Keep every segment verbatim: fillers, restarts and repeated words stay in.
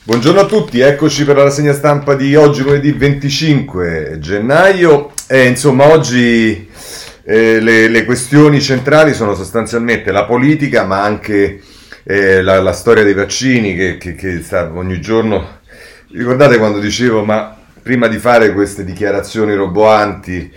Buongiorno a tutti, eccoci per la rassegna stampa di oggi, lunedì venticinque gennaio. E insomma, oggi eh, le, le questioni centrali sono sostanzialmente la politica, ma anche eh, la, la storia dei vaccini che, che, che sta ogni giorno. Ricordate quando dicevo, ma prima di fare queste dichiarazioni roboanti,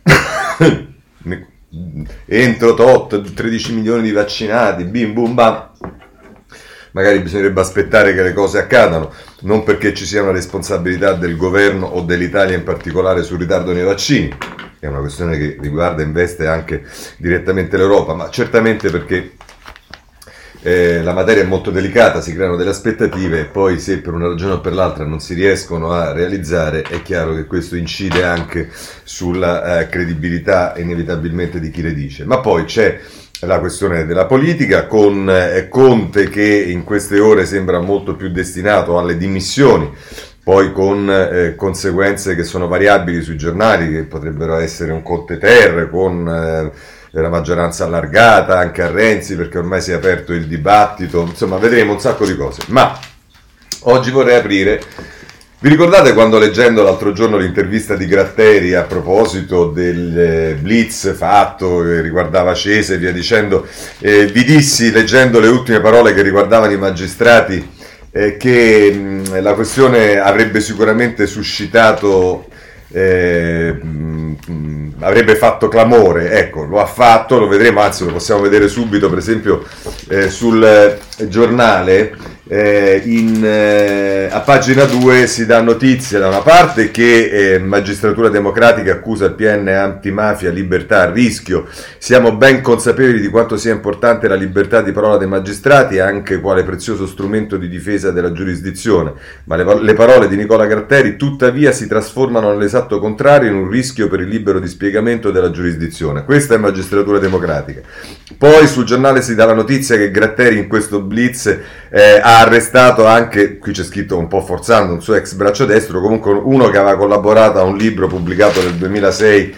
entro tot, tredici milioni di vaccinati, bim bum bam. Magari bisognerebbe aspettare che le cose accadano, non perché ci sia una responsabilità del governo o dell'Italia in particolare sul ritardo nei vaccini, che è una questione che riguarda e investe anche direttamente l'Europa, ma certamente perché eh, la materia è molto delicata, si creano delle aspettative e poi se per una ragione o per l'altra non si riescono a realizzare, è chiaro che questo incide anche sulla eh, credibilità inevitabilmente di chi le dice. Ma poi c'è la questione della politica con eh, Conte che in queste ore sembra molto più destinato alle dimissioni, poi con eh, conseguenze che sono variabili sui giornali, che potrebbero essere un Conte ter con eh, la maggioranza allargata anche a Renzi, perché ormai si è aperto il dibattito, insomma vedremo un sacco di cose. Ma oggi vorrei aprire. Vi ricordate quando, leggendo l'altro giorno l'intervista di Gratteri a proposito del eh, blitz fatto che riguardava Cese e via dicendo, eh, vi dissi, leggendo le ultime parole che riguardavano i magistrati, eh, che mh, la questione avrebbe sicuramente suscitato, eh, mh, avrebbe fatto clamore. Ecco, lo ha fatto, lo vedremo, anzi lo possiamo vedere subito, per esempio eh, sul eh, giornale. Eh, in, eh, a pagina due si dà notizia da una parte che eh, Magistratura Democratica accusa il P N antimafia, libertà a rischio. Siamo ben consapevoli di quanto sia importante la libertà di parola dei magistrati, anche quale prezioso strumento di difesa della giurisdizione, ma le, le parole di Nicola Gratteri tuttavia si trasformano nell'esatto contrario, in un rischio per il libero dispiegamento della giurisdizione. Questa è Magistratura Democratica. Poi sul giornale si dà la notizia che Gratteri in questo blitz eh, ha arrestato anche, qui c'è scritto un po' forzando, un suo ex braccio destro, comunque uno che aveva collaborato a un libro pubblicato nel duemilasei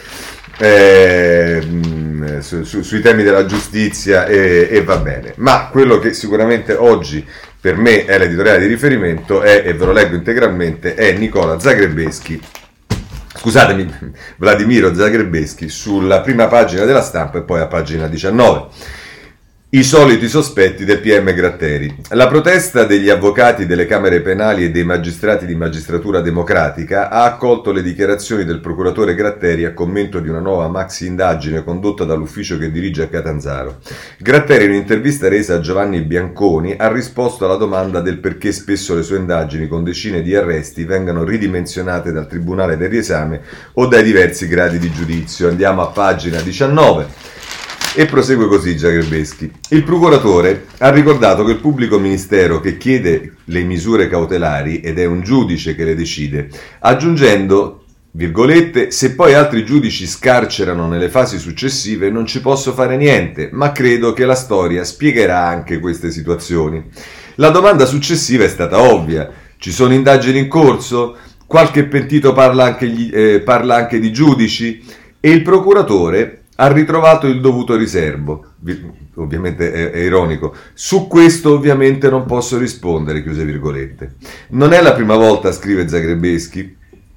eh, su, su, sui temi della giustizia e, e va bene. Ma quello che sicuramente oggi per me è l'editoriale di riferimento è, e ve lo leggo integralmente, è Nicola Zagrebeschi, scusatemi, Vladimiro Zagrebeschi, sulla prima pagina della Stampa e poi a pagina diciannove. I soliti sospetti del P M Gratteri. La protesta degli avvocati delle Camere Penali e dei magistrati di Magistratura Democratica ha accolto le dichiarazioni del procuratore Gratteri a commento di una nuova maxi indagine condotta dall'ufficio che dirige a Catanzaro. Gratteri, in un'intervista resa a Giovanni Bianconi, ha risposto alla domanda del perché spesso le sue indagini con decine di arresti vengano ridimensionate dal Tribunale del riesame o dai diversi gradi di giudizio. Andiamo a pagina diciannove. E prosegue così Zagrebeschi. Il procuratore ha ricordato che il pubblico ministero che chiede le misure cautelari ed è un giudice che le decide, aggiungendo, virgolette, se poi altri giudici scarcerano nelle fasi successive non ci posso fare niente, ma credo che la storia spiegherà anche queste situazioni. La domanda successiva è stata ovvia. Ci sono indagini in corso? Qualche pentito parla anche, gli, eh, parla anche di giudici? E il procuratore ha ritrovato il dovuto riservo, ovviamente è, è ironico, su questo ovviamente non posso rispondere, chiuse virgolette. Non è la prima volta, scrive Zagrebeschi,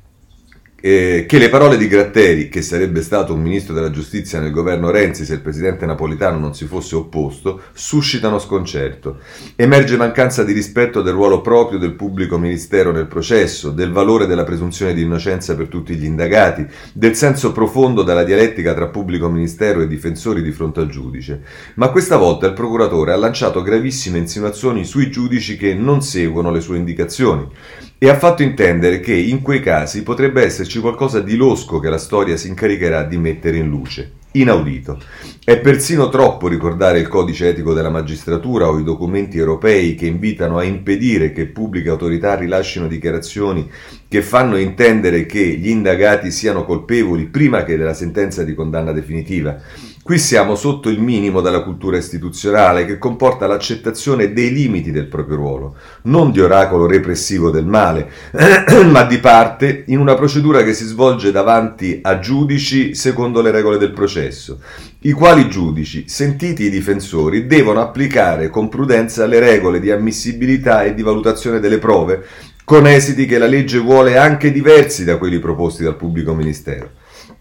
eh, che le parole di Gratteri, che sarebbe stato un ministro della giustizia nel governo Renzi se il presidente Napolitano non si fosse opposto, suscitano sconcerto. Emerge mancanza di rispetto del ruolo proprio del pubblico ministero nel processo, del valore della presunzione di innocenza per tutti gli indagati, del senso profondo della dialettica tra pubblico ministero e difensori di fronte al giudice. Ma questa volta il procuratore ha lanciato gravissime insinuazioni sui giudici che non seguono le sue indicazioni e ha fatto intendere che in quei casi potrebbe esserci qualcosa di losco che la storia si incaricherà di mettere in luce. Inaudito. È persino troppo ricordare il codice etico della magistratura o i documenti europei che invitano a impedire che pubbliche autorità rilascino dichiarazioni che fanno intendere che gli indagati siano colpevoli prima che della sentenza di condanna definitiva. Qui siamo sotto il minimo della cultura istituzionale, che comporta l'accettazione dei limiti del proprio ruolo, non di oracolo repressivo del male, ma di parte in una procedura che si svolge davanti a giudici secondo le regole del processo, i quali giudici, sentiti i difensori, devono applicare con prudenza le regole di ammissibilità e di valutazione delle prove, con esiti che la legge vuole anche diversi da quelli proposti dal pubblico ministero.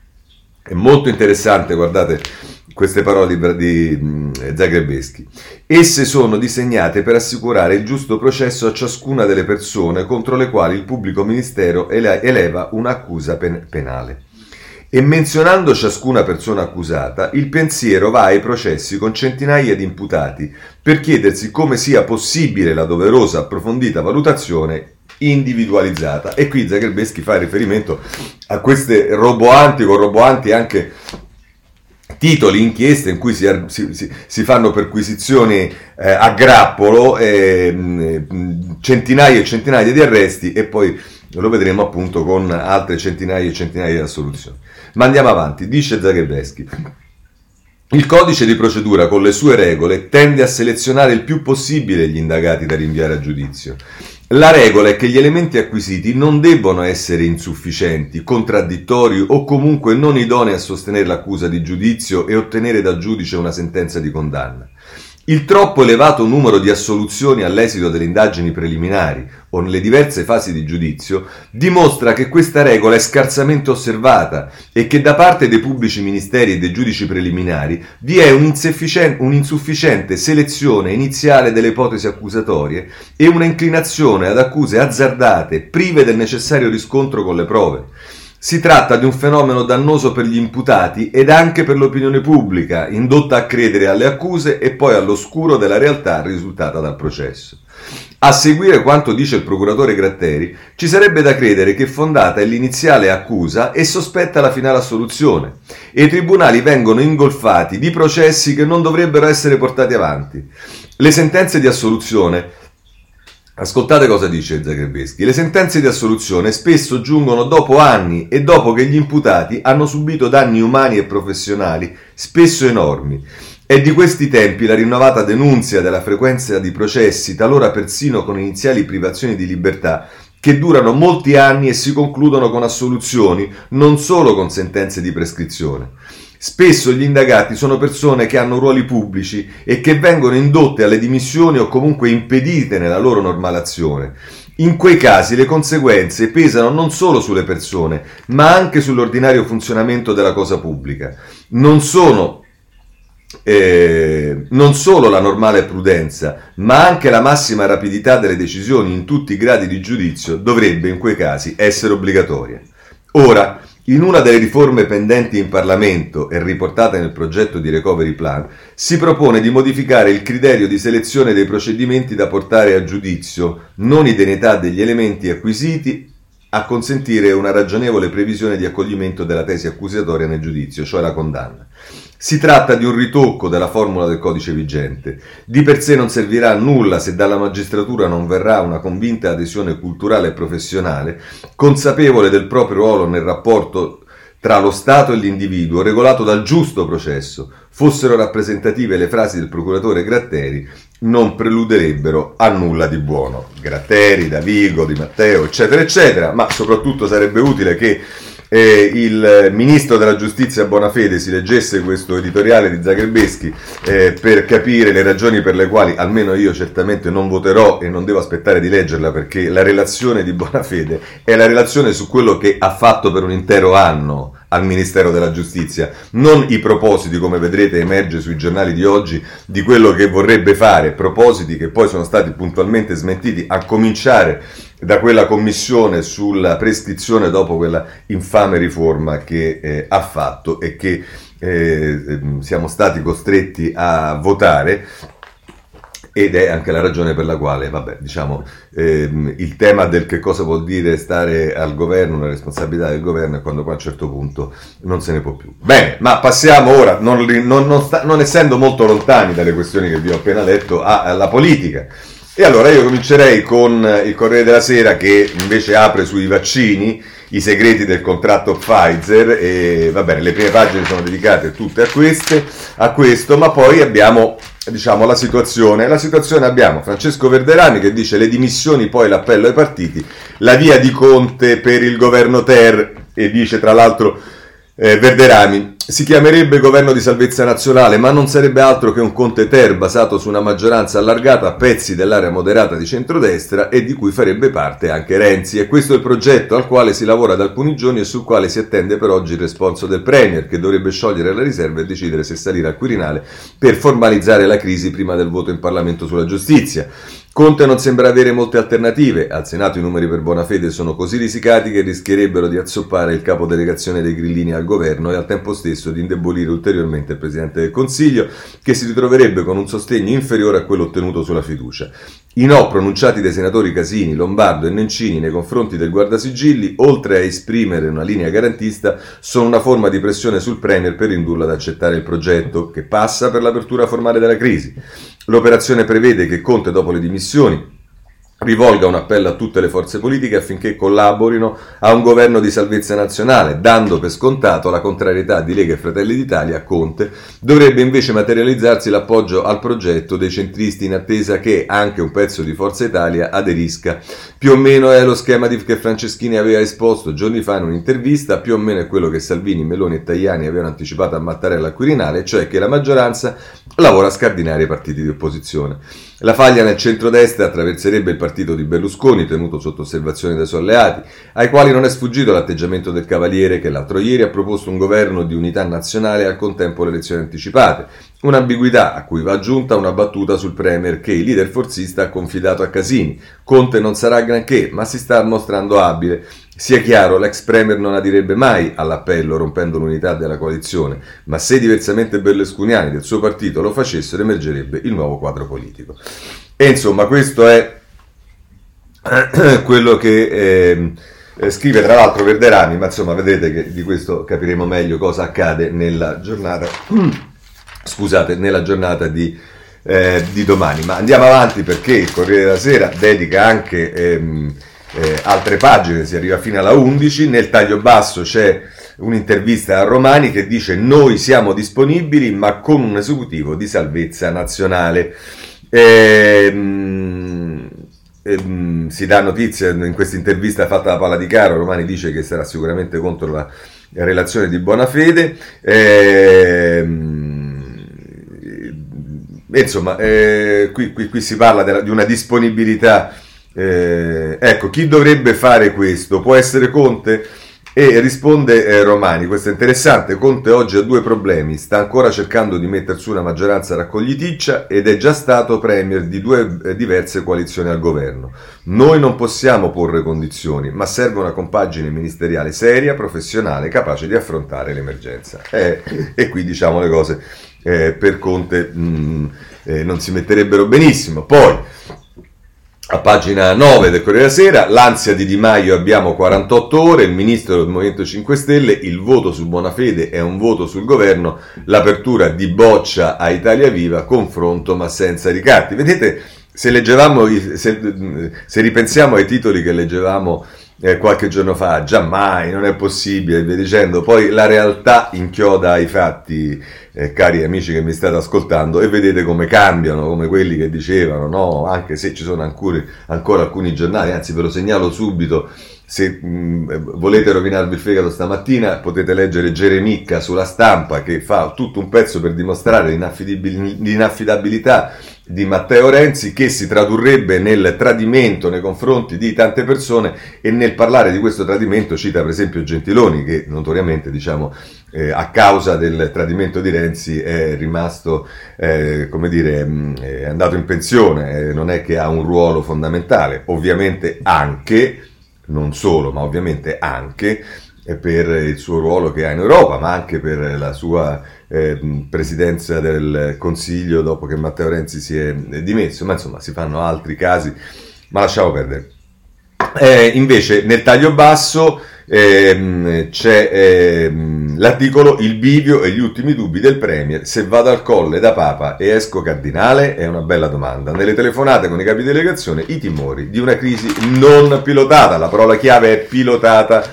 È molto interessante, guardate, queste parole di, di Zagrebeschi. Esse sono disegnate per assicurare il giusto processo a ciascuna delle persone contro le quali il pubblico ministero ele- eleva un'accusa pen- penale. E menzionando ciascuna persona accusata, il pensiero va ai processi con centinaia di imputati per chiedersi come sia possibile la doverosa approfondita valutazione individualizzata. E qui Zagrebeschi fa riferimento a queste roboanti, con roboanti anche titoli, inchieste in cui si, si, si fanno perquisizioni eh, a grappolo, eh, centinaia e centinaia di arresti, e poi lo vedremo appunto con altre centinaia e centinaia di assoluzioni. Ma andiamo avanti, dice Zagrebeschi. Il codice di procedura con le sue regole tende a selezionare il più possibile gli indagati da rinviare a giudizio. La regola è che gli elementi acquisiti non debbono essere insufficienti, contraddittori o comunque non idonei a sostenere l'accusa di giudizio e ottenere dal giudice una sentenza di condanna. Il troppo elevato numero di assoluzioni all'esito delle indagini preliminari o nelle diverse fasi di giudizio dimostra che questa regola è scarsamente osservata e che da parte dei pubblici ministeri e dei giudici preliminari vi è un'insufficiente selezione iniziale delle ipotesi accusatorie e una inclinazione ad accuse azzardate, prive del necessario riscontro con le prove. Si tratta di un fenomeno dannoso per gli imputati ed anche per l'opinione pubblica, indotta a credere alle accuse e poi all'oscuro della realtà risultata dal processo. A seguire quanto dice il procuratore Gratteri, ci sarebbe da credere che fondata è l'iniziale accusa e sospetta la finale assoluzione, e i tribunali vengono ingolfati di processi che non dovrebbero essere portati avanti. Le sentenze di assoluzione Ascoltate cosa dice Zagrebeschi. Le sentenze di assoluzione spesso giungono dopo anni e dopo che gli imputati hanno subito danni umani e professionali, spesso enormi. È di questi tempi la rinnovata denunzia della frequenza di processi, talora persino con iniziali privazioni di libertà, che durano molti anni e si concludono con assoluzioni, non solo con sentenze di prescrizione. Spesso gli indagati sono persone che hanno ruoli pubblici e che vengono indotte alle dimissioni o comunque impedite nella loro normale azione. In quei casi le conseguenze pesano non solo sulle persone, ma anche sull'ordinario funzionamento della cosa pubblica. Non sono eh, non solo la normale prudenza, ma anche la massima rapidità delle decisioni in tutti i gradi di giudizio dovrebbe in quei casi essere obbligatoria. Ora, in una delle riforme pendenti in Parlamento e riportate nel progetto di Recovery Plan, si propone di modificare il criterio di selezione dei procedimenti da portare a giudizio, non idoneità degli elementi acquisiti, a consentire una ragionevole previsione di accoglimento della tesi accusatoria nel giudizio, cioè la condanna. Si tratta di un ritocco della formula del codice vigente. Di per sé non servirà a nulla se dalla magistratura non verrà una convinta adesione culturale e professionale, consapevole del proprio ruolo nel rapporto tra lo Stato e l'individuo, regolato dal giusto processo. Fossero rappresentative le frasi del procuratore Gratteri, non preluderebbero a nulla di buono. Gratteri, Davigo, Di Matteo, eccetera, eccetera, ma soprattutto sarebbe utile che Eh, il ministro della giustizia Bonafede si leggesse questo editoriale di Zagrebeschi eh, per capire le ragioni per le quali almeno io certamente non voterò e non devo aspettare di leggerla, perché la relazione di Bonafede è la relazione su quello che ha fatto per un intero anno al Ministero della Giustizia, non i propositi, come vedrete emerge sui giornali di oggi, di quello che vorrebbe fare, propositi che poi sono stati puntualmente smentiti, a cominciare da quella commissione sulla prescrizione dopo quella infame riforma che eh, ha fatto e che eh, siamo stati costretti a votare. Ed è anche la ragione per la quale, vabbè, diciamo, ehm, il tema del che cosa vuol dire stare al governo, una responsabilità del governo, è quando poi a un certo punto non se ne può più. Bene, ma passiamo ora, non, non, non, sta, non essendo molto lontani dalle questioni che vi ho appena letto, alla politica. E allora io comincerei con il Corriere della Sera, che invece apre sui vaccini i segreti del contratto Pfizer, e va bene, le prime pagine sono dedicate tutte a queste, a questo, ma poi abbiamo, diciamo, la situazione. La situazione abbiamo Francesco Verderami che dice: le dimissioni, poi l'appello ai partiti, la via di Conte per il governo Ter, e dice tra l'altro eh, Verderami: si chiamerebbe governo di salvezza nazionale, ma non sarebbe altro che un Conte Ter basato su una maggioranza allargata a pezzi dell'area moderata di centrodestra e di cui farebbe parte anche Renzi. E questo è il progetto al quale si lavora da alcuni giorni e sul quale si attende per oggi il responso del Premier, che dovrebbe sciogliere la riserva e decidere se salire al Quirinale per formalizzare la crisi prima del voto in Parlamento sulla giustizia. Conte non sembra avere molte alternative. Al Senato i numeri per Bonafede sono così risicati che rischierebbero di azzoppare il capo delegazione dei grillini al governo e al tempo stesso di indebolire ulteriormente il Presidente del Consiglio, che si ritroverebbe con un sostegno inferiore a quello ottenuto sulla fiducia. I no pronunciati dai senatori Casini, Lombardo e Nencini nei confronti del Guardasigilli, oltre a esprimere una linea garantista, sono una forma di pressione sul Premier per indurlo ad accettare il progetto, che passa per l'apertura formale della crisi. L'operazione prevede che Conte, dopo le dimissioni, rivolga un appello a tutte le forze politiche affinché collaborino a un governo di salvezza nazionale, dando per scontato la contrarietà di Lega e Fratelli d'Italia a Conte. Dovrebbe invece materializzarsi l'appoggio al progetto dei centristi in attesa che anche un pezzo di Forza Italia aderisca. Più o meno è lo schema di, che Franceschini aveva esposto giorni fa in un'intervista, più o meno è quello che Salvini, Meloni e Tajani avevano anticipato a Mattarella al Quirinale, cioè che la maggioranza lavora a scardinare i partiti di opposizione. La faglia nel centrodestra attraverserebbe il partito di Berlusconi, tenuto sotto osservazione dai suoi alleati, ai quali non è sfuggito l'atteggiamento del Cavaliere, che l'altro ieri ha proposto un governo di unità nazionale e al contempo le elezioni anticipate. Un'ambiguità a cui va aggiunta una battuta sul Premier che il leader forzista ha confidato a Casini. Conte non sarà granché, ma si sta mostrando abile. Sia chiaro, l'ex Premier non adirebbe mai all'appello rompendo l'unità della coalizione, ma se diversamente berlusconiani del suo partito lo facessero emergerebbe il nuovo quadro politico. E insomma, questo è quello che eh, scrive tra l'altro Verderami, ma insomma vedrete che di questo capiremo meglio cosa accade nella giornata, scusate, nella giornata di, eh, di domani. Ma andiamo avanti, perché il Corriere della Sera dedica anche ehm, eh, altre pagine, si arriva fino alla undici. Nel taglio basso c'è un'intervista a Romani che dice: noi siamo disponibili ma con un esecutivo di salvezza nazionale. Ehm, ehm, si dà notizia in questa intervista fatta da Palla di Caro. Romani dice che sarà sicuramente contro la relazione di Bonafede. Ehm, insomma, eh, qui, qui, qui si parla della, di una disponibilità. Eh, ecco, chi dovrebbe fare questo? Può essere Conte? E risponde eh, Romani, questo è interessante: Conte oggi ha due problemi, sta ancora cercando di mettere su una maggioranza raccogliticcia ed è già stato premier di due eh, diverse coalizioni al governo. Noi non possiamo porre condizioni, ma serve una compagine ministeriale seria, professionale, capace di affrontare l'emergenza. Eh, e qui diciamo le cose eh, per Conte mh, eh, non si metterebbero benissimo. Poi a pagina nove del Corriere della Sera, l'ansia di Di Maio, abbiamo quarantotto ore, il ministro del Movimento cinque Stelle, il voto su Bonafede è un voto sul governo, l'apertura di Boccia a Italia Viva, confronto ma senza ricatti. Vedete, se leggevamo, se, se ripensiamo ai titoli che leggevamo eh, qualche giorno fa, giammai, non è possibile, e via dicendo, poi la realtà inchioda ai fatti, eh, cari amici che mi state ascoltando, e vedete come cambiano, come quelli che dicevano, no, anche se ci sono ancora, ancora alcuni giornali, anzi ve lo segnalo subito, se mh, volete rovinarvi il fegato stamattina potete leggere Geremicca sulla Stampa, che fa tutto un pezzo per dimostrare l'inaffidabilità di Matteo Renzi, che si tradurrebbe nel tradimento nei confronti di tante persone, e nel parlare di questo tradimento cita per esempio Gentiloni, che notoriamente, diciamo, eh, a causa del tradimento di Renzi è rimasto, eh, come dire, mh, è andato in pensione, eh, non è che ha un ruolo fondamentale, ovviamente anche, non solo, ma ovviamente anche per il suo ruolo che ha in Europa, ma anche per la sua eh, presidenza del Consiglio dopo che Matteo Renzi si è dimesso, ma insomma si fanno altri casi, ma lasciamo perdere. Eh, invece nel taglio basso ehm, c'è ehm, l'articolo "Il bivio e gli ultimi dubbi del Premier, se vado al Colle da Papa e esco cardinale?" È una bella domanda. Nelle telefonate con i capi delegazione i timori di una crisi non pilotata, la parola chiave è pilotata.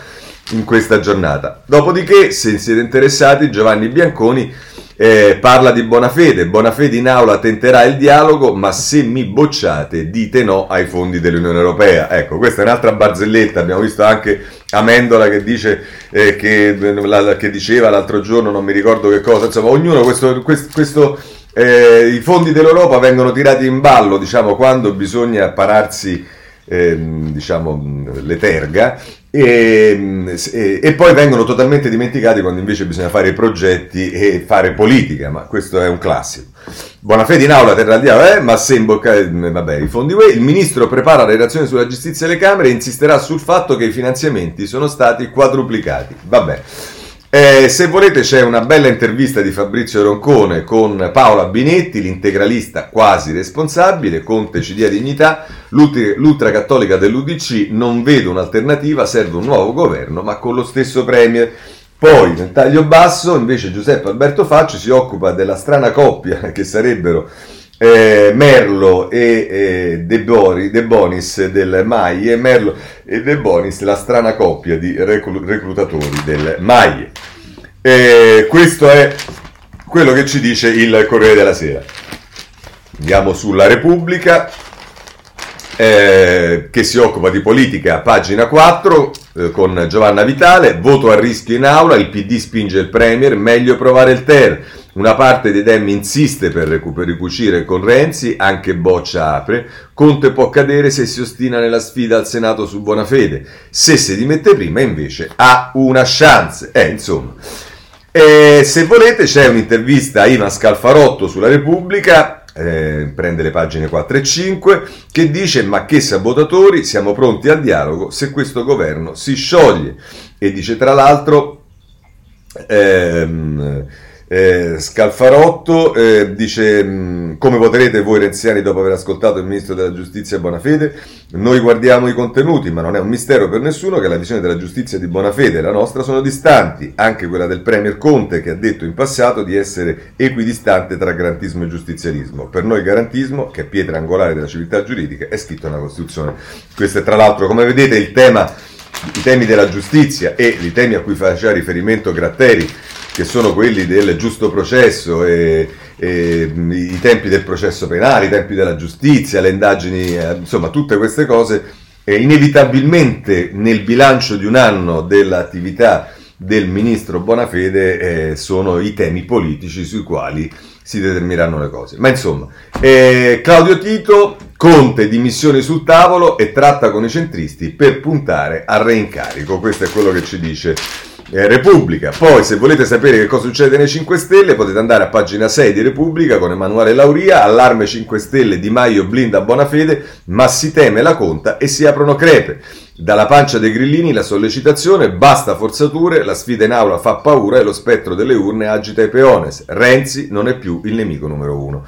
in questa giornata. Dopodiché, se siete interessati, Giovanni Bianconi eh, parla di Bonafede. Bonafede in aula tenterà il dialogo, ma se mi bocciate dite no ai fondi dell'Unione Europea. Ecco, questa è un'altra barzelletta. Abbiamo visto anche Amendola che dice eh, che, la, che diceva l'altro giorno, non mi ricordo che cosa, insomma, ognuno questo, questo, questo eh, i fondi dell'Europa vengono tirati in ballo, diciamo, quando bisogna pararsi eh, diciamo le terga, e, e, e poi vengono totalmente dimenticati quando invece bisogna fare i progetti e fare politica, ma questo è un classico. Bonafede in aula terrà il dialogo, eh, ma se imboccare vabbè, i fondi U E, il ministro prepara la relazione sulla giustizia alle Camere e insisterà sul fatto che i finanziamenti sono stati quadruplicati. Vabbè. Eh, se volete c'è una bella intervista di Fabrizio Roncone con Paola Binetti, l'integralista quasi responsabile. Conte ci dia dignità, l'ultracattolica dell'U D C, non vedo un'alternativa, serve un nuovo governo ma con lo stesso premier. Poi nel taglio basso invece Giuseppe Alberto Facci si occupa della strana coppia che sarebbero eh, Merlo e eh, De, Bori, De Bonis del Maie, Merlo e De Bonis, la strana coppia di reclu- reclutatori del Maie. Eh, questo è quello che ci dice il Corriere della Sera. Andiamo sulla Repubblica, eh, che si occupa di politica, pagina quattro, eh, con Giovanna Vitale. Voto a rischio in aula, il P D spinge il Premier, meglio provare il Ter. Una parte dei Dem insiste per ricucire con Renzi, anche Boccia apre. Conte può cadere se si ostina nella sfida al Senato su Bonafede. Se si dimette prima invece ha una chance. Eh, insomma. E se volete c'è un'intervista a Ivan Scalfarotto sulla Repubblica, eh, prende le pagine quattro e cinque, che dice: ma che sabotatori, siamo pronti al dialogo se questo governo si scioglie. E dice tra l'altro ehm, Eh, Scalfarotto eh, dice: mh, come voterete voi renziani dopo aver ascoltato il ministro della giustizia Bonafede? Noi guardiamo i contenuti, ma non è un mistero per nessuno che la visione della giustizia di Bonafede e la nostra sono distanti, anche quella del premier Conte, che ha detto in passato di essere equidistante tra garantismo e giustizialismo. Per noi il garantismo, che è pietra angolare della civiltà giuridica, è scritto nella Costituzione. Questo è tra l'altro, come vedete, il tema, i temi della giustizia e i temi a cui faceva riferimento Gratteri, che sono quelli del giusto processo e, e i tempi del processo penale, i tempi della giustizia, le indagini, eh, insomma tutte queste cose, eh, inevitabilmente nel bilancio di un anno dell'attività del ministro Bonafede eh, sono i temi politici sui quali si determineranno le cose. Ma insomma, eh, Claudio Tito, Conte dimissioni sul tavolo e tratta con i centristi per puntare al reincarico. Questo è quello che ci dice Eh, Repubblica. Poi, se volete sapere che cosa succede nei cinque Stelle, potete andare a pagina sei di Repubblica con Emanuele Lauria. Allarme cinque Stelle, Di Maio blinda Bonafede, ma si teme la conta e si aprono crepe. Dalla pancia dei grillini la sollecitazione: basta forzature, la sfida in aula fa paura e lo spettro delle urne agita i peones. Renzi non è più il nemico numero uno.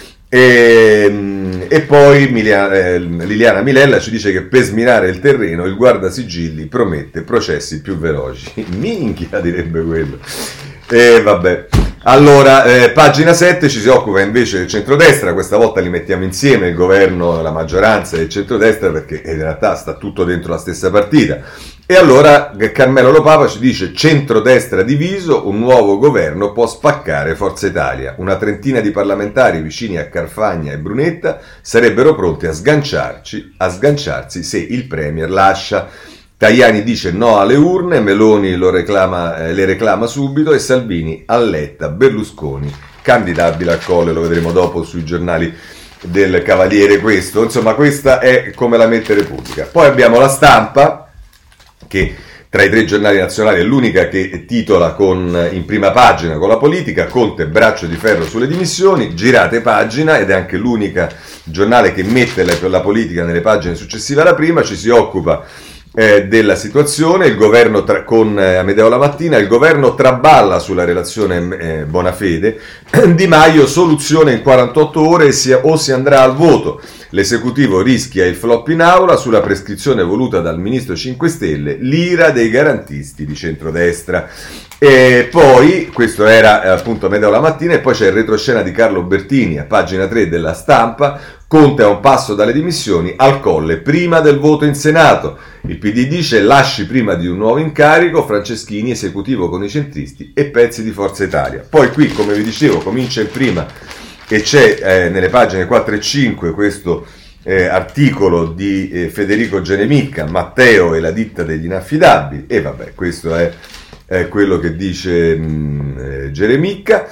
E, e poi Milia, eh, Liliana Milella ci dice che per sminare il terreno il guardasigilli promette processi più veloci. Minchia, direbbe quello. E vabbè. Allora, eh, pagina sette ci si occupa invece del centrodestra. Questa volta li mettiamo insieme, il governo, la maggioranza e il centrodestra, perché in realtà sta tutto dentro la stessa partita. E allora Carmelo Lopapa ci dice: centrodestra diviso, un nuovo governo può spaccare Forza Italia. Una trentina di parlamentari vicini a Carfagna e Brunetta sarebbero pronti a sganciarci, a sganciarsi se il premier lascia. Tajani dice no alle urne, Meloni lo reclama, eh, le reclama subito, e Salvini a Letta, Berlusconi candidabile al Colle. Lo vedremo dopo sui giornali del Cavaliere questo. Insomma, questa è come la mette Repubblica. Poi abbiamo La Stampa, che tra i tre giornali nazionali è l'unica che titola con, in prima pagina con la politica: Conte braccio di ferro sulle dimissioni, girate pagina, ed è anche l'unica giornale che mette la, la politica nelle pagine successive alla prima. Ci si occupa eh, della situazione, il governo tra, con eh, Amedeo La Mattina, il governo traballa sulla relazione eh, Bonafede, Di Maio soluzione in quarantotto ore si, o si andrà al voto. L'esecutivo rischia il flop in aula sulla prescrizione voluta dal ministro cinque Stelle, l'ira dei garantisti di centrodestra. E poi, questo era eh, appunto Amedeo La Mattina, e poi c'è il retroscena di Carlo Bertini a pagina tre della Stampa. Conte a un passo dalle dimissioni, al Colle prima del voto in Senato. Il P D dice lasci prima di un nuovo incarico, Franceschini esecutivo con i centristi e pezzi di Forza Italia. Poi qui, come vi dicevo, comincia in prima e c'è eh, nelle pagine quattro e cinque questo eh, articolo di eh, Federico Genemicca, Matteo e la ditta degli inaffidabili, e vabbè, questo è, è quello che dice mh, eh, Genemicca.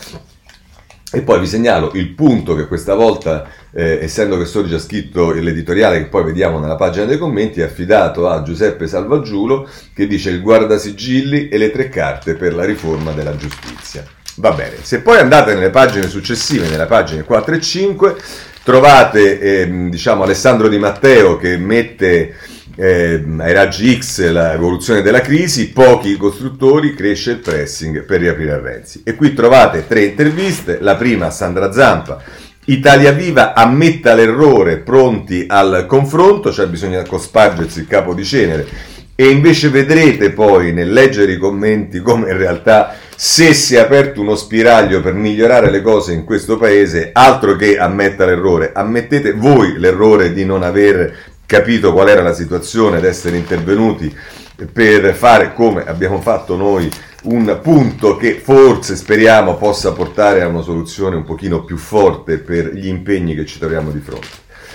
E poi vi segnalo il punto che questa volta, eh, essendo che sono già scritto l'editoriale che poi vediamo nella pagina dei commenti, è affidato a Giuseppe Salvaggiulo, che dice il guardasigilli e le tre carte per la riforma della giustizia. Va bene, se poi andate nelle pagine successive, nelle pagine quattro e cinque, trovate eh, diciamo Alessandro Di Matteo che mette eh, ai raggi X la evoluzione della crisi, pochi costruttori, cresce il pressing per riaprire a Renzi. E qui trovate tre interviste, la prima a Sandra Zampa, Italia Viva ammetta l'errore, pronti al confronto, cioè bisogna cospargersi il capo di cenere, e invece vedrete poi nel leggere i commenti come in realtà se si è aperto uno spiraglio per migliorare le cose in questo paese, altro che ammetta l'errore, ammettete voi l'errore di non aver capito qual era la situazione ed essere intervenuti per fare, come abbiamo fatto noi, un punto che forse speriamo possa portare a una soluzione un pochino più forte per gli impegni che ci troviamo di fronte.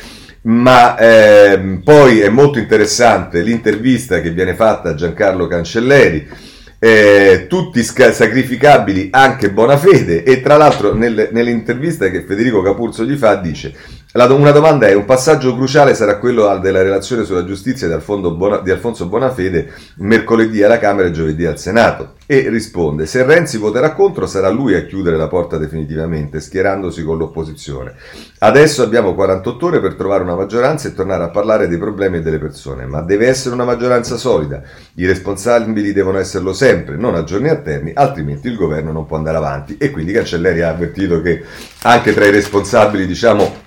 Ma ehm, poi è molto interessante l'intervista che viene fatta a Giancarlo Cancelleri, eh, tutti sca- sacrificabili anche Bonafede, e tra l'altro nel, nell'intervista che Federico Capurzo gli fa dice la, una domanda è: un passaggio cruciale sarà quello della relazione sulla giustizia di, Alfondo Bona, di Alfonso Bonafede mercoledì alla Camera e giovedì al Senato, e risponde: se Renzi voterà contro sarà lui a chiudere la porta definitivamente schierandosi con l'opposizione. Adesso abbiamo quarantotto ore per trovare una maggioranza e tornare a parlare dei problemi e delle persone, ma deve essere una maggioranza solida, i responsabili devono esserlo sempre, non a giorni alterni, altrimenti il governo non può andare avanti. E quindi Cancelleri ha avvertito che anche tra i responsabili, diciamo,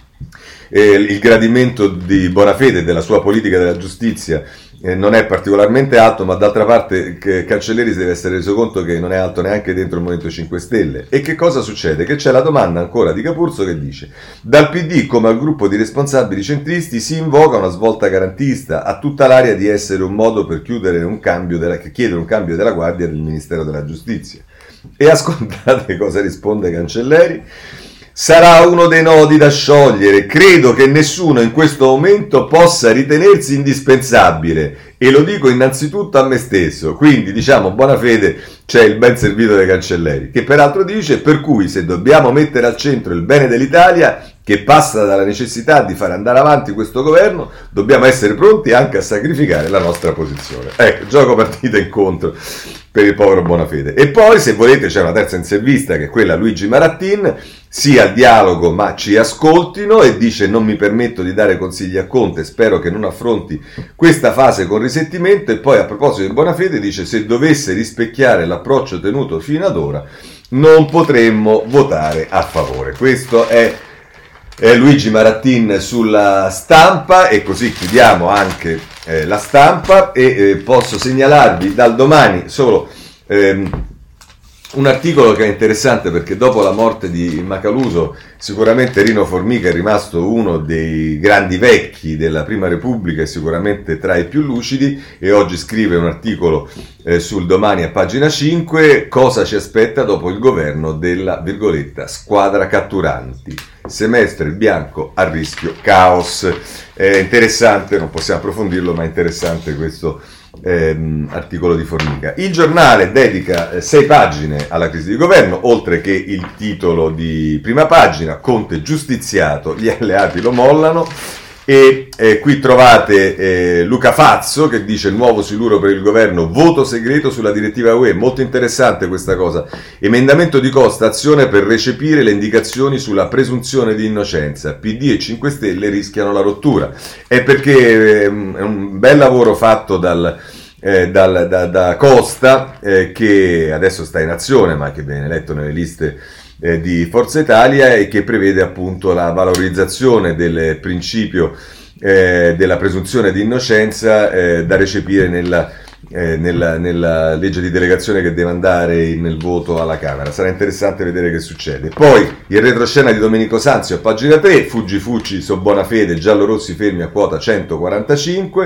eh, il gradimento di Bonafede e della sua politica della giustizia eh, non è particolarmente alto, ma d'altra parte che Cancelleri si deve essere reso conto che non è alto neanche dentro il Movimento cinque Stelle. E che cosa succede? Che c'è la domanda ancora di Capurzo che dice: dal P D come al gruppo di responsabili centristi si invoca una svolta garantista, ha tutta l'aria di essere un modo per chiudere un cambio della, che chiedere un cambio della guardia del Ministero della Giustizia. E ascoltate cosa risponde Cancelleri: sarà uno dei nodi da sciogliere, credo che nessuno in questo momento possa ritenersi indispensabile, e lo dico innanzitutto a me stesso. Quindi diciamo Bonafede c'è il ben servito dei Cancelleri, che peraltro dice: per cui se dobbiamo mettere al centro il bene dell'Italia, che passa dalla necessità di fare andare avanti questo governo, dobbiamo essere pronti anche a sacrificare la nostra posizione. Ecco, gioco partita incontro per il povero Bonafede. E poi, se volete, c'è una terza intervista che è quella a Luigi Marattin, sia al dialogo ma ci ascoltino, e dice: non mi permetto di dare consigli a Conte, spero che non affronti questa fase con risentimento. E poi a proposito di Bonafede dice: se dovesse rispecchiare l'approccio tenuto fino ad ora non potremmo votare a favore. Questo è Eh, Luigi Marattin sulla Stampa, e così chiudiamo anche eh, la Stampa, e eh, posso segnalarvi dal Domani solo ehm, un articolo che è interessante, perché dopo la morte di Macaluso sicuramente Rino Formica è rimasto uno dei grandi vecchi della Prima Repubblica e sicuramente tra i più lucidi, e oggi scrive un articolo eh, sul Domani a pagina cinque: cosa ci aspetta dopo il governo della, virgoletta, squadra catturanti, semestre bianco a rischio caos. È interessante, non possiamo approfondirlo, ma è interessante questo ehm, articolo di Formica. Il Giornale dedica eh, sei pagine alla crisi di governo, oltre che il titolo di prima pagina: Conte giustiziato, gli alleati lo mollano. E eh, qui trovate eh, Luca Fazzo che dice: il nuovo siluro per il governo, voto segreto sulla direttiva U E. Molto interessante questa cosa. Emendamento di Costa, azione per recepire le indicazioni sulla presunzione di innocenza, P D e cinque Stelle rischiano la rottura. È perché eh, è un bel lavoro fatto dal Eh, dal, da, da Costa, eh, che adesso sta in azione ma che viene eletto nelle liste eh, di Forza Italia, e che prevede appunto la valorizzazione del principio eh, della presunzione di innocenza eh, da recepire nella eh, nella, nella legge di delegazione che deve andare nel voto alla Camera. Sarà interessante vedere che succede. Poi il retroscena di Domenico Sanzio a pagina tre, Fuggi Fucci, so buona fede, giallorossi fermi a quota centoquarantacinque,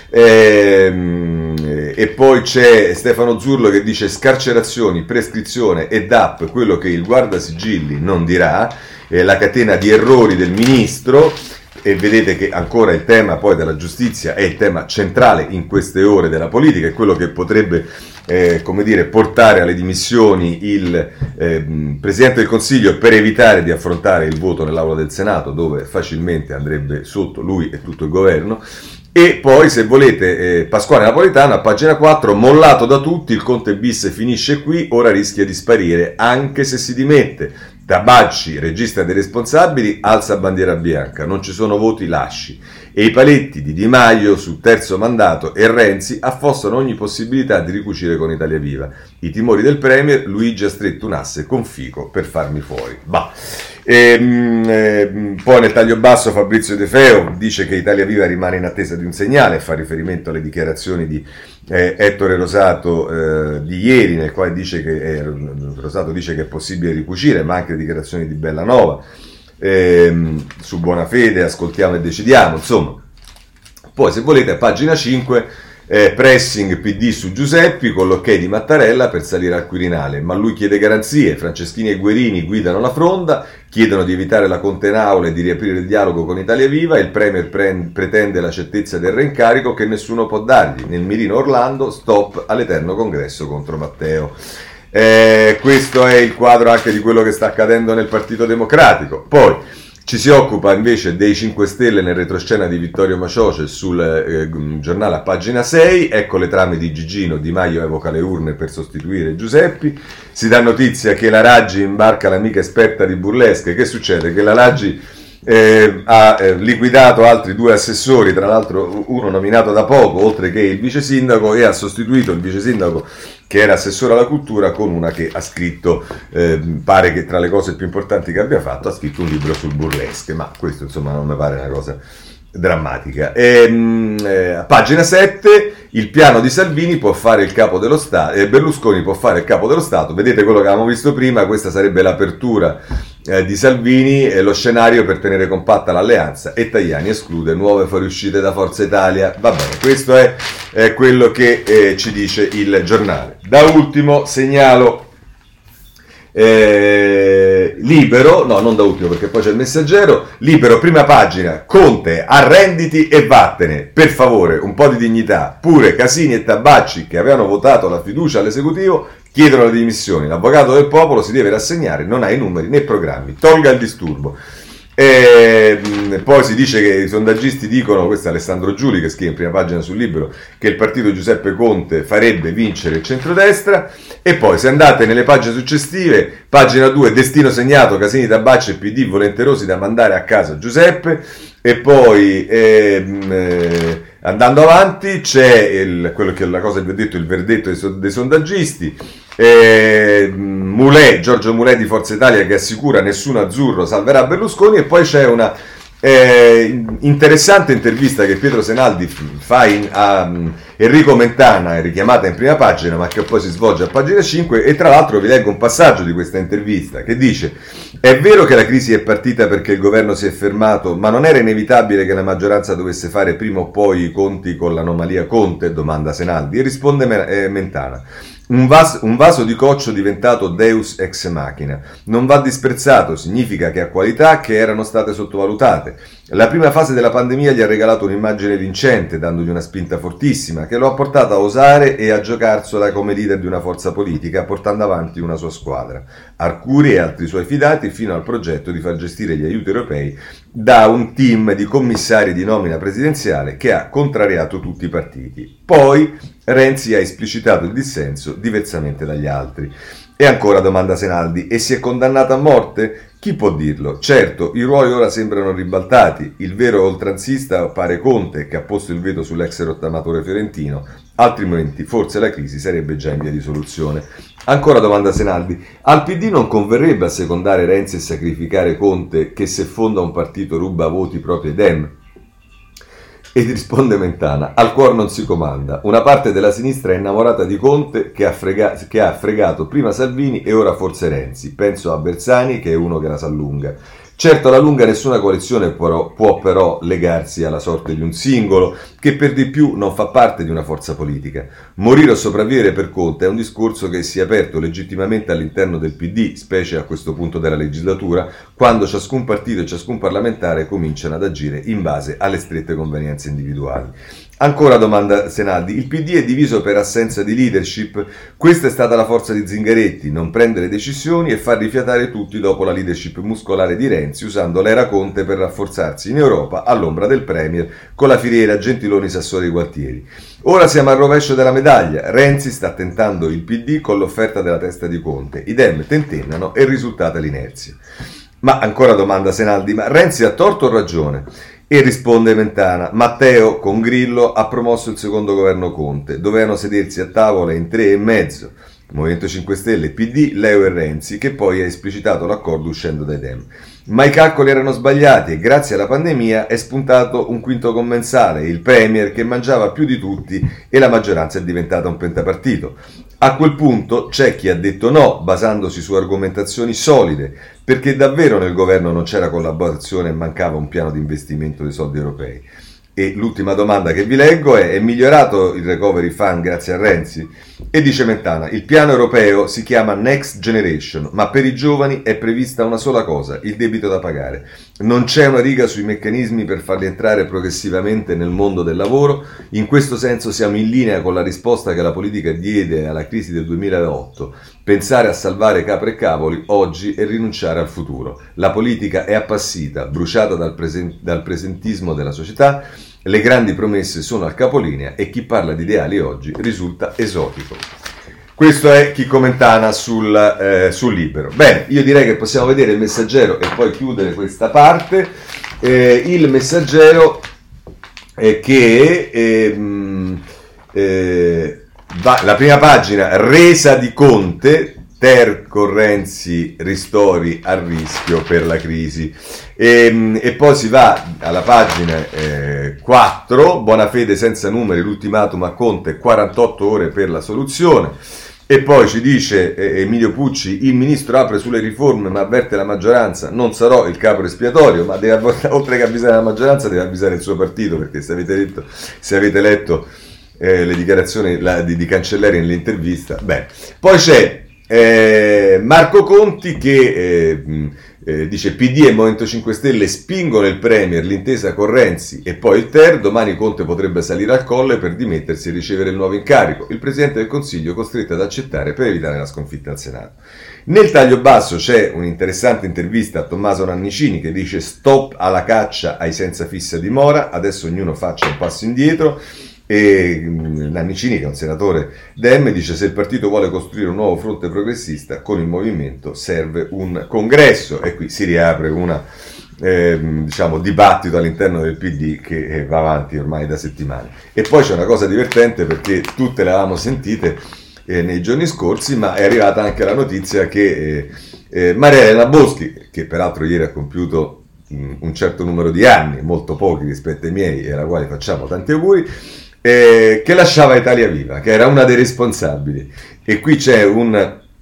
ehm, e poi c'è Stefano Zurlo che dice scarcerazioni, prescrizione e D A P, quello che il guardasigilli non dirà, eh, la catena di errori del ministro. E vedete che ancora il tema poi della giustizia è il tema centrale in queste ore della politica, è quello che potrebbe eh, come dire, portare alle dimissioni il eh, Presidente del Consiglio per evitare di affrontare il voto nell'Aula del Senato, dove facilmente andrebbe sotto lui e tutto il governo. E poi, se volete, eh, Pasquale Napolitano a pagina quattro, mollato da tutti, il Conte bis finisce qui, ora rischia di sparire anche se si dimette. Tabacci, regista dei responsabili, alza bandiera bianca, non ci sono voti, lasci. E i paletti di Di Maio sul terzo mandato e Renzi affossano ogni possibilità di ricucire con Italia Viva. I timori del Premier, Luigi ha stretto un asse con Fico per farmi fuori. Bah. E, e, poi nel taglio basso Fabrizio De Feo dice che Italia Viva rimane in attesa di un segnale, fa riferimento alle dichiarazioni di eh, Ettore Rosato eh, di ieri, nel quale dice che eh, Rosato dice che è possibile ricucire, ma anche le dichiarazioni di Bellanova eh, su buona fede, ascoltiamo e decidiamo, insomma. Poi, se volete, a pagina cinque, eh, pressing P D su Giuseppi con l'ok di Mattarella per salire al Quirinale, ma lui chiede garanzie. Franceschini e Guerini guidano la fronda, chiedono di evitare la Conte in aula e di riaprire il dialogo con Italia Viva. Il Premier pre- pretende la certezza del reincarico che nessuno può dargli. Nel mirino Orlando, stop all'eterno congresso contro Matteo. Eh, questo è il quadro anche di quello che sta accadendo nel Partito Democratico. Poi ci si occupa invece dei cinque Stelle nel retroscena di Vittorio Macioce sul eh, giornale a pagina sei. Ecco le trame di Gigino, Di Maio evoca le urne per sostituire Giuseppi. Si dà notizia che la Raggi imbarca l'amica esperta di burlesche. Che succede? Che la Raggi eh, ha eh, liquidato altri due assessori, tra l'altro uno nominato da poco, oltre che il vice sindaco, e ha sostituito il vice sindaco che era assessore alla cultura con una che ha scritto, eh, pare che tra le cose più importanti che abbia fatto, ha scritto un libro sul burlesque, ma questo insomma non mi pare una cosa drammatica. E, eh, a pagina sette, il piano di Salvini può fare il capo dello Stato, eh, Berlusconi può fare il capo dello Stato, vedete quello che avevamo visto prima, questa sarebbe l'apertura eh, di Salvini, e lo scenario per tenere compatta l'alleanza, e Tajani esclude nuove fuoriuscite da Forza Italia. Va bene, questo è, è quello che eh, ci dice il giornale. Da ultimo segnalo Eh, Libero, no non da ultimo perché poi c'è il Messaggero. Libero, prima pagina, Conte, arrenditi e vattene, per favore, un po' di dignità. Pure Casini e Tabacci, che avevano votato la fiducia all'esecutivo, chiedono le dimissioni. L'avvocato del popolo si deve rassegnare, non ha i numeri né programmi, tolga il disturbo. E poi si dice che i sondaggisti dicono, questo è Alessandro Giuli che scrive in prima pagina sul Libero, che il partito Giuseppe Conte farebbe vincere il centrodestra. E poi, se andate nelle pagine successive, pagina due, destino segnato, Casini, Tabacci e P D volenterosi da mandare a casa Giuseppe. E poi ehm, eh, andando avanti c'è il, quello che è la cosa che vi ho detto, il verdetto dei, dei sondaggisti. Eh, Mulè, Giorgio Mulè di Forza Italia, che assicura nessun azzurro salverà Berlusconi. E poi c'è una eh, interessante intervista che Pietro Senaldi fa in, a Enrico Mentana, è richiamata in prima pagina ma che poi si svolge a pagina cinque, e tra l'altro vi leggo un passaggio di questa intervista che dice: è vero che la crisi è partita perché il governo si è fermato, ma non era inevitabile che la maggioranza dovesse fare prima o poi i conti con l'anomalia Conte? Domanda Senaldi, e risponde Mentana: Un vaso, un vaso di coccio diventato deus ex machina. Non va disprezzato, significa che ha qualità che erano state sottovalutate. La prima fase della pandemia gli ha regalato un'immagine vincente, dandogli una spinta fortissima, che lo ha portato a osare e a giocarsela come leader di una forza politica, portando avanti una sua squadra. Arcuri e altri suoi fidati fino al progetto di far gestire gli aiuti europei da un team di commissari di nomina presidenziale che ha contrariato tutti i partiti. Poi Renzi ha esplicitato il dissenso diversamente dagli altri. E ancora domanda Senaldi: e si è condannato a morte? Chi può dirlo? Certo, i ruoli ora sembrano ribaltati. Il vero oltranzista pare Conte, che ha posto il veto sull'ex rottamatore fiorentino, altrimenti forse la crisi sarebbe già in via di soluzione. Ancora domanda Senaldi: al P D non converrebbe assecondare Renzi e sacrificare Conte, che se fonda un partito ruba voti proprio ai Dem? E risponde Mentana: al cuor non si comanda. Una parte della sinistra è innamorata di Conte che ha, frega- che ha fregato prima Salvini e ora forse Renzi. Penso a Bersani che è uno che la sa lunga. Certo, alla lunga nessuna coalizione può, può però legarsi alla sorte di un singolo, che per di più non fa parte di una forza politica. Morire o sopravvivere per Conte è un discorso che si è aperto legittimamente all'interno del P D, specie a questo punto della legislatura, quando ciascun partito e ciascun parlamentare cominciano ad agire in base alle strette convenienze individuali. Ancora domanda Senaldi: il P D è diviso per assenza di leadership? Questa è stata la forza di Zingaretti, non prendere decisioni e far rifiatare tutti dopo la leadership muscolare di Renzi, usando l'era Conte per rafforzarsi in Europa all'ombra del Premier con la filiera Gentiloni, Sassoli, Gualtieri. Ora siamo al rovescio della medaglia. Renzi sta tentando il P D con l'offerta della testa di Conte. I Dem tentennano e il risultato è l'inerzia. Ma ancora domanda Senaldi: ma Renzi ha torto o ragione? E risponde Mentana: Matteo con Grillo ha promosso il secondo governo Conte, dovevano sedersi a tavola in tre e mezzo, Movimento cinque Stelle, P D, Leo e Renzi, che poi ha esplicitato l'accordo uscendo dai Dem. Ma i calcoli erano sbagliati e grazie alla pandemia è spuntato un quinto commensale, il Premier che mangiava più di tutti e la maggioranza è diventata un pentapartito. A quel punto c'è chi ha detto no, basandosi su argomentazioni solide, perché davvero nel governo non c'era collaborazione e mancava un piano di investimento dei soldi europei. E l'ultima domanda che vi leggo è: è migliorato il recovery fund grazie a Renzi? E dice Mentana: il piano europeo si chiama Next Generation, ma per i giovani è prevista una sola cosa, il debito da pagare. Non c'è una riga sui meccanismi per farli entrare progressivamente nel mondo del lavoro. In questo senso siamo in linea con la risposta che la politica diede alla crisi del duemilaotto. Pensare a salvare capre e cavoli oggi è rinunciare al futuro. La politica è appassita, bruciata dal, presen- dal presentismo della società. Le grandi promesse sono al capolinea e chi parla di ideali oggi risulta esotico. Questo è Chicco Mentana sul, eh, sul Libero. Bene, io direi che possiamo vedere il Messaggero e poi chiudere questa parte. Eh, il Messaggero è che eh, eh, va, la prima pagina, resa di Conte, Ter con Renzi, ristori a rischio per la crisi. E, e poi si va alla pagina eh, quattro, buona fede senza numeri, l'ultimatum a Conte, quarantotto ore per la soluzione. E poi ci dice eh, Emilio Pucci: il ministro apre sulle riforme ma avverte la maggioranza, non sarò il capo espiatorio, ma deve, oltre che avvisare la maggioranza deve avvisare il suo partito, perché se avete letto, se avete letto eh, le dichiarazioni la, di, di Cancelleri nell'intervista, beh. Poi c'è eh, Marco Conti che eh, eh, dice: P D e Movimento cinque Stelle spingono il Premier, l'intesa con Renzi e poi il Ter, domani Conte potrebbe salire al colle per dimettersi e ricevere il nuovo incarico, il Presidente del Consiglio costretto ad accettare per evitare la sconfitta al Senato. Nel taglio basso c'è un'interessante intervista a Tommaso Nannicini che dice: stop alla caccia ai senza fissa dimora, adesso ognuno faccia un passo indietro. E Nannicini, che è un senatore Dem, dice: se il partito vuole costruire un nuovo fronte progressista con il movimento serve un congresso. E qui si riapre una eh, diciamo dibattito all'interno del P D che va avanti ormai da settimane. E poi c'è una cosa divertente, perché tutte le avevamo sentite eh, nei giorni scorsi, ma è arrivata anche la notizia che eh, eh, Maria Elena Boschi, che peraltro ieri ha compiuto mh, un certo numero di anni, molto pochi rispetto ai miei, e alla quale facciamo tanti auguri, Eh, che lasciava Italia Viva, che era una dei responsabili. E qui c'è un,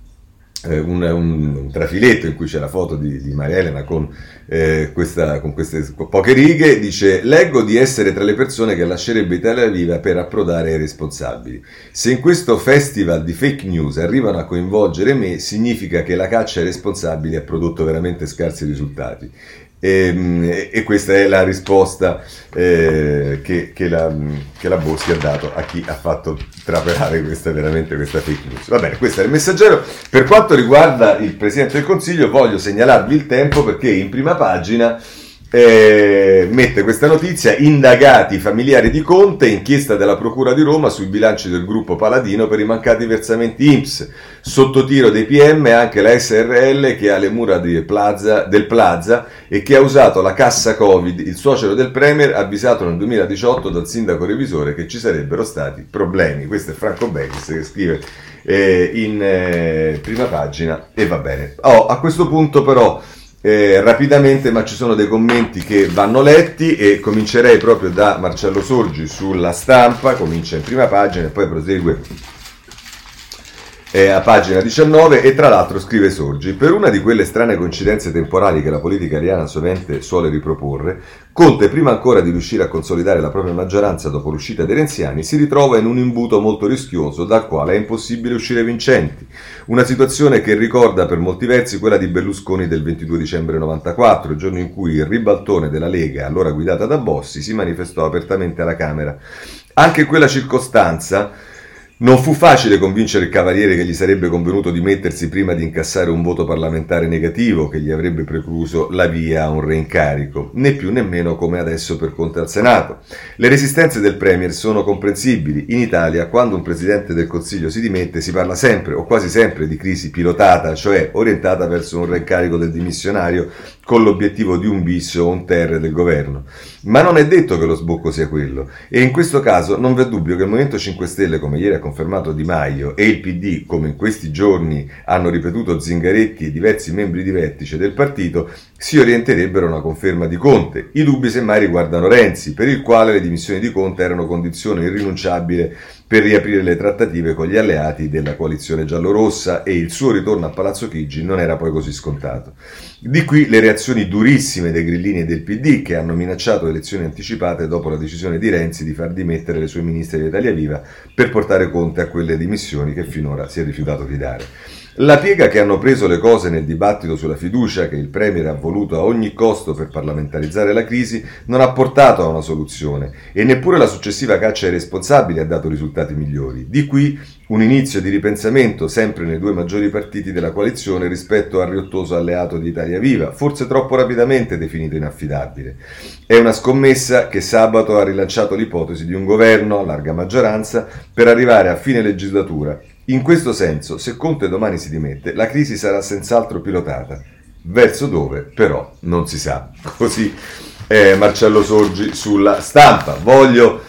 eh, un, un, un trafiletto in cui c'è la foto di, di Maria Elena con, eh, questa, con queste poche righe. Dice: leggo di essere tra le persone che lascerebbe Italia Viva per approdare ai responsabili. Se in questo festival di fake news arrivano a coinvolgere me, significa che la caccia ai responsabili ha prodotto veramente scarsi risultati. E, e questa è la risposta eh, che, che, la, che la Boschi ha dato a chi ha fatto trapelare questa, veramente questa fake news. Va bene, questo è il Messaggero. Per quanto riguarda il Presidente del Consiglio, voglio segnalarvi il Tempo, perché in prima pagina eh, mette questa notizia: indagati i familiari di Conte, inchiesta della Procura di Roma sui bilanci del gruppo Paladino per i mancati versamenti I N P S. Sotto tiro dei P M anche la S R L che ha le mura di Plaza, del Plaza e che ha usato la cassa Covid. Il suocero del Premier ha avvisato nel duemiladiciotto dal sindaco revisore che ci sarebbero stati problemi. Questo è Franco Becchis che scrive eh, in eh, prima pagina, e va bene. Oh, a questo punto però eh, rapidamente, ma ci sono dei commenti che vanno letti e comincerei proprio da Marcello Sorgi sulla Stampa, comincia in prima pagina e poi prosegue Eh, a pagina diciannove, e tra l'altro scrive Sorgi: per una di quelle strane coincidenze temporali che la politica italiana sovente suole riproporre, Conte, prima ancora di riuscire a consolidare la propria maggioranza dopo l'uscita dei renziani, si ritrova in un imbuto molto rischioso dal quale è impossibile uscire vincenti. Una situazione che ricorda per molti versi quella di Berlusconi del ventidue dicembre novantaquattro, il giorno in cui il ribaltone della Lega, allora guidata da Bossi, si manifestò apertamente alla Camera. Anche in quella circostanza non fu facile convincere il Cavaliere che gli sarebbe convenuto dimettersi prima di incassare un voto parlamentare negativo che gli avrebbe precluso la via a un reincarico, né più né meno come adesso per Conte al Senato. Le resistenze del Premier sono comprensibili. In Italia, quando un Presidente del Consiglio si dimette, si parla sempre o quasi sempre di crisi pilotata, cioè orientata verso un reincarico del dimissionario con l'obiettivo di un bis o un ter del governo. Ma non è detto che lo sbocco sia quello, e in questo caso non v'è dubbio che il Movimento cinque Stelle, come ieri ha confermato Di Maio, e il P D, come in questi giorni hanno ripetuto Zingaretti e diversi membri di vertice del partito, si orienterebbero a una conferma di Conte. I dubbi semmai riguardano Renzi, per il quale le dimissioni di Conte erano condizione irrinunciabile per riaprire le trattative con gli alleati della coalizione giallorossa, e il suo ritorno a Palazzo Chigi non era poi così scontato. Di qui le reazioni durissime dei grillini e del P D, che hanno minacciato elezioni anticipate dopo la decisione di Renzi di far dimettere le sue ministre di Italia Viva per portare Conte a quelle dimissioni che finora si è rifiutato di dare. La piega che hanno preso le cose nel dibattito sulla fiducia che il Premier ha voluto a ogni costo per parlamentarizzare la crisi non ha portato a una soluzione, e neppure la successiva caccia ai responsabili ha dato risultati migliori. Di qui un inizio di ripensamento sempre nei due maggiori partiti della coalizione rispetto al riottoso alleato di Italia Viva, forse troppo rapidamente definito inaffidabile. È una scommessa che sabato ha rilanciato l'ipotesi di un governo a larga maggioranza per arrivare a fine legislatura. In questo senso, se Conte domani si dimette, la crisi sarà senz'altro pilotata. Verso dove, però, non si sa. Così eh, Marcello Sorgi sulla Stampa. Voglio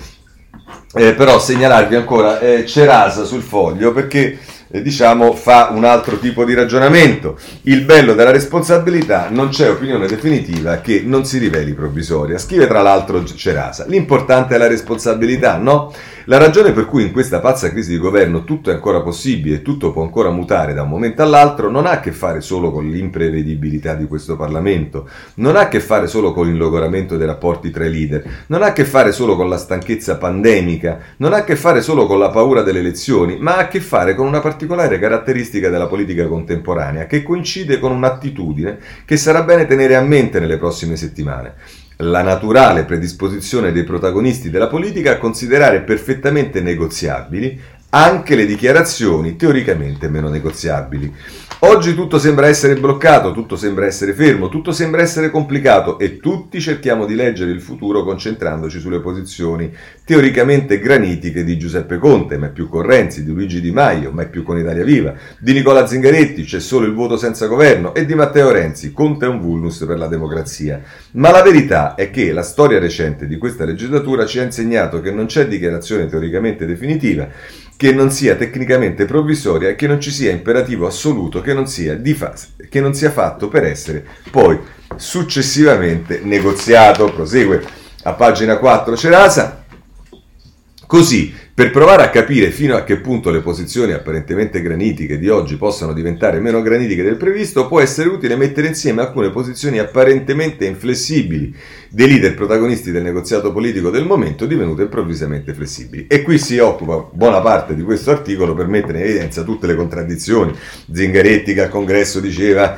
eh, però segnalarvi ancora eh, Cerasa sul Foglio, perché eh, diciamo fa un altro tipo di ragionamento. Il bello della responsabilità: non c'è opinione definitiva che non si riveli provvisoria. Scrive tra l'altro Cerasa: l'importante è la responsabilità, no? La ragione per cui in questa pazza crisi di governo tutto è ancora possibile e tutto può ancora mutare da un momento all'altro non ha a che fare solo con l'imprevedibilità di questo Parlamento, non ha a che fare solo con il logoramento dei rapporti tra i leader, non ha a che fare solo con la stanchezza pandemica, non ha a che fare solo con la paura delle elezioni, ma ha a che fare con una particolare caratteristica della politica contemporanea che coincide con un'attitudine che sarà bene tenere a mente nelle prossime settimane: la naturale predisposizione dei protagonisti della politica a considerare perfettamente negoziabili anche le dichiarazioni teoricamente meno negoziabili. Oggi tutto sembra essere bloccato, tutto sembra essere fermo, tutto sembra essere complicato e tutti cerchiamo di leggere il futuro concentrandoci sulle posizioni teoricamente granitiche di Giuseppe Conte, ma è più con Renzi, di Luigi Di Maio, ma è più con Italia Viva, di Nicola Zingaretti, c'è solo il voto senza governo, e di Matteo Renzi, Conte è un vulnus per la democrazia. Ma la verità è che la storia recente di questa legislatura ci ha insegnato che non c'è dichiarazione teoricamente definitiva, che non sia tecnicamente provvisoria e che non ci sia imperativo assoluto che non sia, di fa- che non sia fatto per essere poi successivamente negoziato. Prosegue a pagina quattro Cerasa. Così, per provare a capire fino a che punto le posizioni apparentemente granitiche di oggi possano diventare meno granitiche del previsto, può essere utile mettere insieme alcune posizioni apparentemente inflessibili dei leader protagonisti del negoziato politico del momento, divenute improvvisamente flessibili. E qui si occupa buona parte di questo articolo per mettere in evidenza tutte le contraddizioni. Zingaretti, che al congresso diceva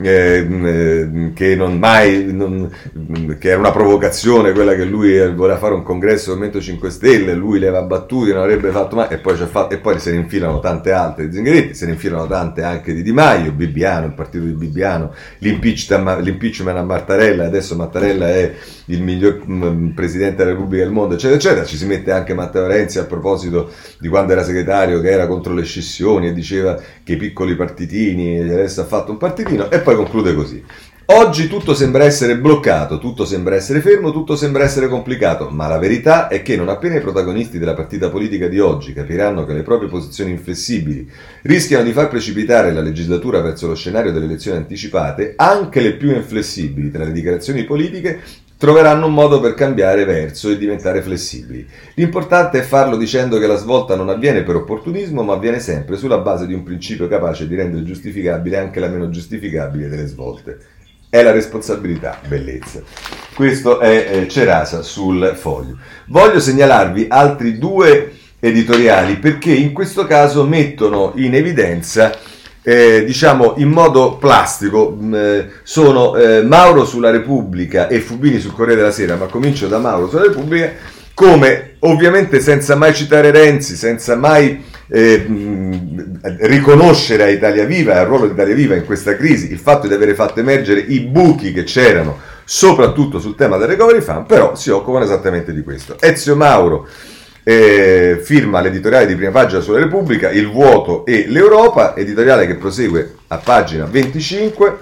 eh, che non mai non, che era una provocazione quella che lui voleva fare un congresso del Movimento cinque Stelle, lui le aveva battuti, non avrebbe fatto mai, e poi, c'è fatto, e poi se ne infilano tante altre di Zingaretti, se ne infilano tante anche di Di Maio, Bibbiano, il partito di Bibbiano, l'impeachment, l'impeachment a Mattarella, adesso Mattarella è il miglior mh, presidente della Repubblica del mondo, eccetera eccetera. Ci si mette anche Matteo Renzi a proposito di quando era segretario, che era contro le scissioni e diceva che i piccoli partitini, adesso ha fatto un partitino, e poi conclude così: Oggi tutto sembra essere bloccato, tutto sembra essere fermo, tutto sembra essere complicato, ma la verità è che non appena i protagonisti della partita politica di oggi capiranno che le proprie posizioni inflessibili rischiano di far precipitare la legislatura verso lo scenario delle elezioni anticipate, anche le più inflessibili tra le dichiarazioni politiche troveranno un modo per cambiare verso e diventare flessibili. L'importante è farlo dicendo che la svolta non avviene per opportunismo, ma avviene sempre sulla base di un principio capace di rendere giustificabile anche la meno giustificabile delle svolte. È la responsabilità, bellezza. Questo è eh, Cerasa sul Foglio. Voglio segnalarvi altri due editoriali perché in questo caso mettono in evidenza, eh, diciamo in modo plastico, eh, sono eh, Mauro sulla Repubblica e Fubini sul Corriere della Sera, ma comincio da Mauro sulla Repubblica, come ovviamente senza mai citare Renzi, senza mai Eh, mh, riconoscere a Italia Viva e al ruolo di Italia Viva in questa crisi il fatto di aver fatto emergere i buchi che c'erano soprattutto sul tema del recovery fund, però si occupano esattamente di questo. Ezio Mauro eh, firma l'editoriale di prima pagina sulla Repubblica, Il vuoto e l'Europa, editoriale che prosegue a pagina venticinque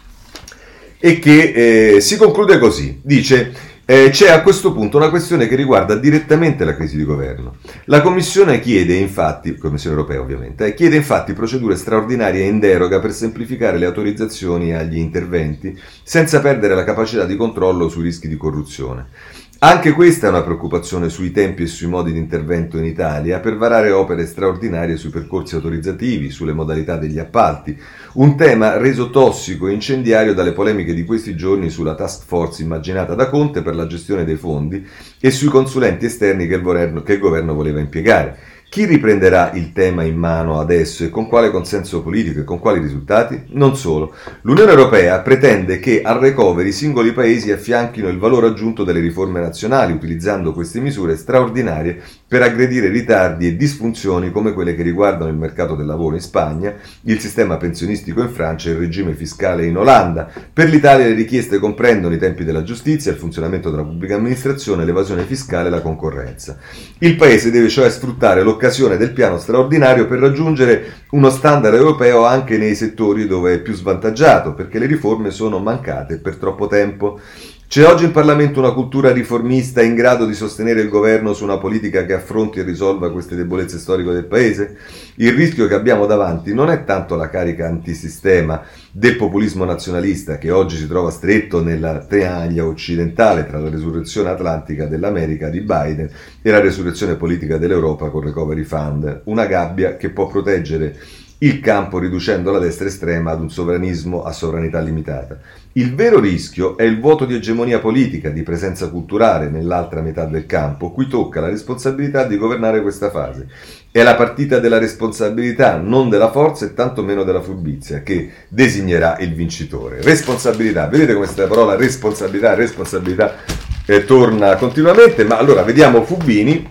e che eh, si conclude così, dice: Eh, c'è a questo punto una questione che riguarda direttamente la crisi di governo. La Commissione chiede infatti, Commissione europea ovviamente, eh, chiede infatti procedure straordinarie in deroga per semplificare le autorizzazioni agli interventi senza perdere la capacità di controllo sui rischi di corruzione. Anche questa è una preoccupazione sui tempi e sui modi di intervento in Italia per varare opere straordinarie sui percorsi autorizzativi, sulle modalità degli appalti, un tema reso tossico e incendiario dalle polemiche di questi giorni sulla task force immaginata da Conte per la gestione dei fondi e sui consulenti esterni che il governo, che il governo voleva impiegare. Chi riprenderà il tema in mano adesso e con quale consenso politico e con quali risultati? Non solo. L'Unione Europea pretende che al recovery i singoli paesi affianchino il valore aggiunto delle riforme nazionali, utilizzando queste misure straordinarie per aggredire ritardi e disfunzioni come quelle che riguardano il mercato del lavoro in Spagna, il sistema pensionistico in Francia e il regime fiscale in Olanda. Per l'Italia le richieste comprendono i tempi della giustizia, il funzionamento della pubblica amministrazione, l'evasione fiscale e la concorrenza. Il Paese deve cioè sfruttare l'occasione del piano straordinario per raggiungere uno standard europeo anche nei settori dove è più svantaggiato, perché le riforme sono mancate per troppo tempo. C'è oggi in Parlamento una cultura riformista in grado di sostenere il governo su una politica che affronti e risolva queste debolezze storiche del Paese? Il rischio che abbiamo davanti non è tanto la carica antisistema del populismo nazionalista che oggi si trova stretto nella tenaglia occidentale tra la resurrezione atlantica dell'America di Biden e la resurrezione politica dell'Europa con Recovery Fund, una gabbia che può proteggere il campo riducendo la destra estrema ad un sovranismo a sovranità limitata. Il vero rischio è il vuoto di egemonia politica, di presenza culturale nell'altra metà del campo, cui tocca la responsabilità di governare questa fase. È la partita della responsabilità, non della forza e tanto meno della furbizia, che designerà il vincitore. Responsabilità, vedete come questa parola responsabilità, responsabilità eh, torna continuamente, ma allora vediamo Fubini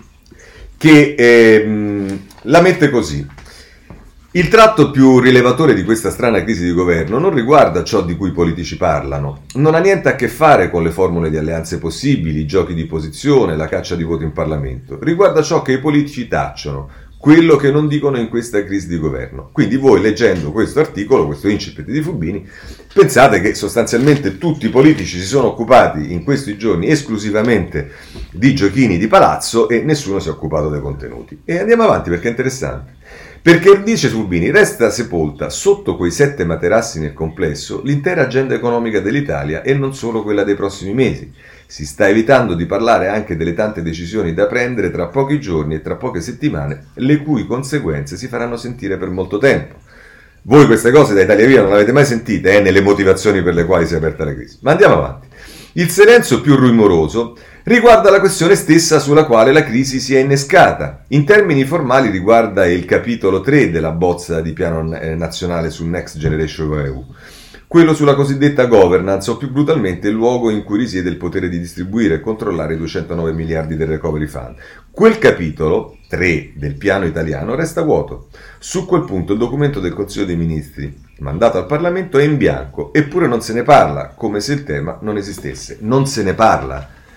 che eh, la mette così. Il tratto più rilevatore di questa strana crisi di governo non riguarda ciò di cui i politici parlano, non ha niente a che fare con le formule di alleanze possibili, i giochi di posizione, la caccia di voti in Parlamento, riguarda ciò che i politici tacciono, quello che non dicono in questa crisi di governo. Quindi voi leggendo questo articolo, questo incipit di Fubini, pensate che sostanzialmente tutti i politici si sono occupati in questi giorni esclusivamente di giochini di palazzo e nessuno si è occupato dei contenuti. E andiamo avanti perché è interessante. Perché, dice Fubini, resta sepolta sotto quei sette materassi nel complesso l'intera agenda economica dell'Italia e non solo quella dei prossimi mesi. Si sta evitando di parlare anche delle tante decisioni da prendere tra pochi giorni e tra poche settimane, le cui conseguenze si faranno sentire per molto tempo. Voi queste cose da Italia Viva non le avete mai sentite, eh, nelle motivazioni per le quali si è aperta la crisi. Ma andiamo avanti. Il silenzio più rumoroso riguarda la questione stessa sulla quale la crisi si è innescata. In termini formali riguarda il capitolo tre della bozza di piano nazionale sul Next Generation E U, quello sulla cosiddetta governance, o più brutalmente il luogo in cui risiede il potere di distribuire e controllare i duecentonove miliardi del Recovery Fund. Quel capitolo tre del piano italiano resta vuoto. Su quel punto il documento del Consiglio dei Ministri mandato al Parlamento è in bianco, eppure non se ne parla, come se il tema non esistesse. Non se ne parla.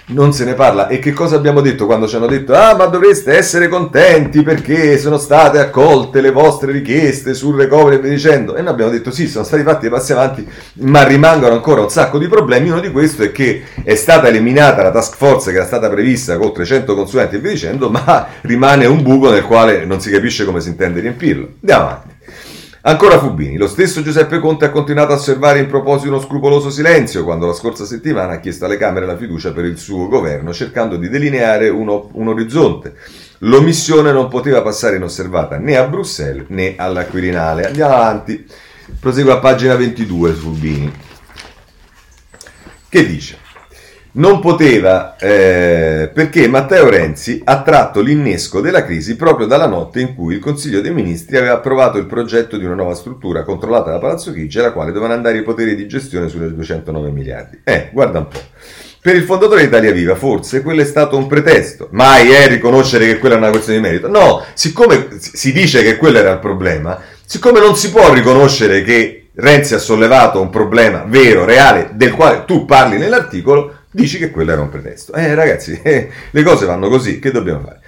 non se ne parla. E che cosa abbiamo detto quando ci hanno detto ah ma dovreste essere contenti perché sono state accolte le vostre richieste sul recovery e via dicendo, e noi abbiamo detto sì, sono stati fatti dei passi avanti, ma rimangono ancora un sacco di problemi. Uno di questi è che è stata eliminata la task force che era stata prevista con trecento consulenti e via dicendo, ma rimane un buco nel quale non si capisce come si intende riempirlo. Andiamo avanti. Ancora Fubini, lo stesso Giuseppe Conte ha continuato a osservare in proposito uno scrupoloso silenzio quando la scorsa settimana ha chiesto alle Camere la fiducia per il suo governo, cercando di delineare uno, un orizzonte. L'omissione non poteva passare inosservata né a Bruxelles né alla Quirinale. Andiamo avanti, prosegue a pagina ventidue Fubini, che dice: non poteva eh, perché Matteo Renzi ha tratto l'innesco della crisi proprio dalla notte in cui il Consiglio dei Ministri aveva approvato il progetto di una nuova struttura controllata da Palazzo Chigi, alla quale dovevano andare i poteri di gestione sulle duecentonove miliardi. Eh, guarda un po'. Per il fondatore di Italia Viva forse quello è stato un pretesto. Mai è riconoscere che quella è una questione di merito. No, siccome si dice che quello era il problema, siccome non si può riconoscere che Renzi ha sollevato un problema vero, reale, del quale tu parli nell'articolo, dici che quello era un pretesto. Eh ragazzi, eh, le cose vanno così, che dobbiamo fare?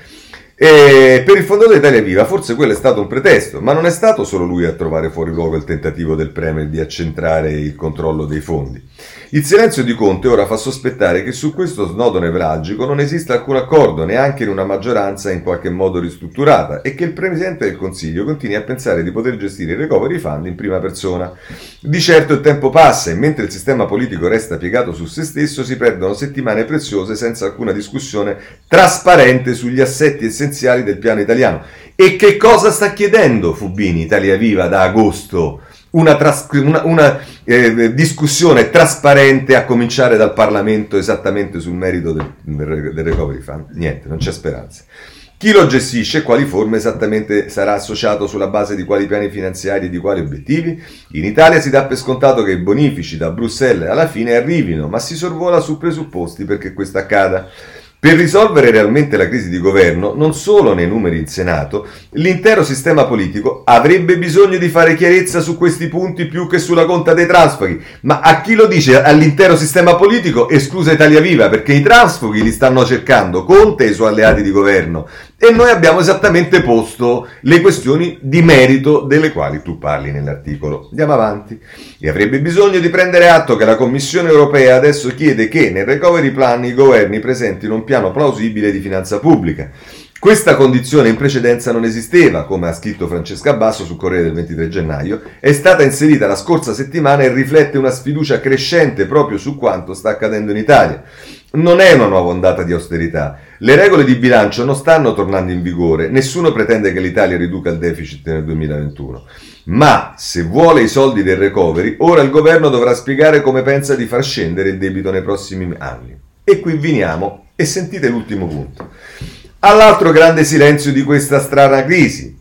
E per il fondatore di Italia Viva forse quello è stato un pretesto, ma non è stato solo lui a trovare fuori luogo il tentativo del Premier di accentrare il controllo dei fondi. Il silenzio di Conte ora fa sospettare che su questo snodo nevralgico non esista alcun accordo, neanche in una maggioranza in qualche modo ristrutturata, e che il Presidente del Consiglio continui a pensare di poter gestire il recovery fund in prima persona. Di certo il tempo passa e mentre il sistema politico resta piegato su se stesso si perdono settimane preziose senza alcuna discussione trasparente sugli assetti essenziali del piano italiano. E che cosa sta chiedendo Fubini, Italia Viva, da agosto? Una, tras- una, una eh, discussione trasparente a cominciare dal Parlamento esattamente sul merito del, del recovery fund? Niente, non c'è speranza. Chi lo gestisce e quali forme esattamente sarà associato sulla base di quali piani finanziari e di quali obiettivi? In Italia si dà per scontato che i bonifici da Bruxelles alla fine arrivino, ma si sorvola su presupposti perché questo accada. Per risolvere realmente la crisi di governo, non solo nei numeri in Senato, l'intero sistema politico avrebbe bisogno di fare chiarezza su questi punti più che sulla conta dei transfughi. Ma a chi lo dice? All'intero sistema politico, esclusa Italia Viva, perché i transfughi li stanno cercando Conte e i suoi alleati di governo. E noi abbiamo esattamente posto le questioni di merito delle quali tu parli nell'articolo. Andiamo avanti. E avrebbe bisogno di prendere atto che la Commissione europea adesso chiede che nel recovery plan i governi presentino un piano plausibile di finanza pubblica. Questa condizione in precedenza non esisteva, come ha scritto Francesca Basso sul Corriere del ventitré gennaio, è stata inserita la scorsa settimana e riflette una sfiducia crescente proprio su quanto sta accadendo in Italia. Non è una nuova ondata di austerità. Le regole di bilancio non stanno tornando in vigore, nessuno pretende che l'Italia riduca il deficit nel duemilaventuno. Ma se vuole i soldi del recovery, ora il governo dovrà spiegare come pensa di far scendere il debito nei prossimi anni. E qui veniamo e sentite l'ultimo punto. All'altro grande silenzio di questa strana crisi.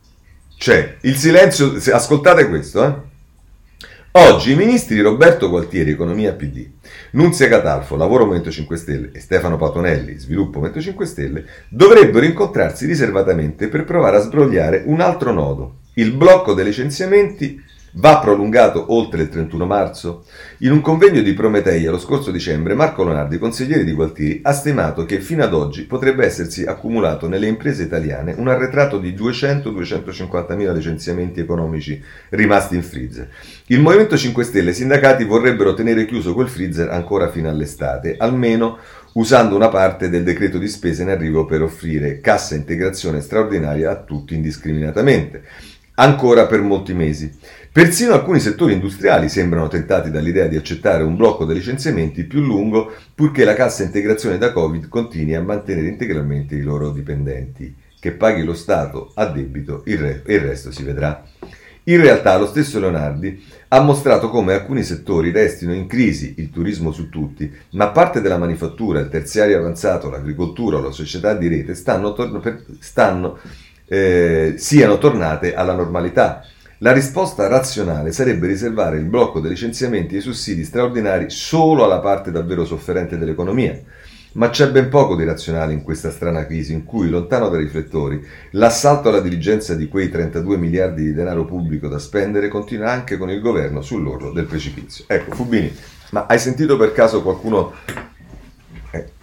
Cioè, il silenzio, ascoltate questo, eh. Oggi i ministri Roberto Gualtieri, Economia P D, Nunzia Catalfo, Lavoro Movimento cinque Stelle e Stefano Patonelli, Sviluppo Movimento cinque Stelle, dovrebbero incontrarsi riservatamente per provare a sbrogliare un altro nodo. Il blocco dei licenziamenti va prolungato oltre il trentuno marzo? In un convegno di Prometeia lo scorso dicembre, Marco Lonardi, consigliere di Gualtieri, ha stimato che fino ad oggi potrebbe essersi accumulato nelle imprese italiane un arretrato di duecento duecentocinquanta mila licenziamenti economici rimasti in freezer. Il Movimento cinque Stelle e i sindacati vorrebbero tenere chiuso quel freezer ancora fino all'estate, almeno usando una parte del decreto di spesa in arrivo per offrire cassa integrazione straordinaria a tutti indiscriminatamente, ancora per molti mesi. Persino alcuni settori industriali sembrano tentati dall'idea di accettare un blocco dei licenziamenti più lungo purché la cassa integrazione da Covid continui a mantenere integralmente i loro dipendenti. Che paghi lo Stato a debito, il, re- il resto si vedrà. In realtà lo stesso Leonardi ha mostrato come alcuni settori restino in crisi, il turismo su tutti, ma parte della manifattura, il terziario avanzato, l'agricoltura o la società di rete stanno, tor- stanno eh, siano tornate alla normalità. La risposta razionale sarebbe riservare il blocco dei licenziamenti e i sussidi straordinari solo alla parte davvero sofferente dell'economia. Ma c'è ben poco di razionale in questa strana crisi in cui, lontano dai riflettori, l'assalto alla diligenza di quei trentadue miliardi di denaro pubblico da spendere continua anche con il governo sull'orlo del precipizio. Ecco, Fubini, ma hai sentito per caso qualcuno... Eh,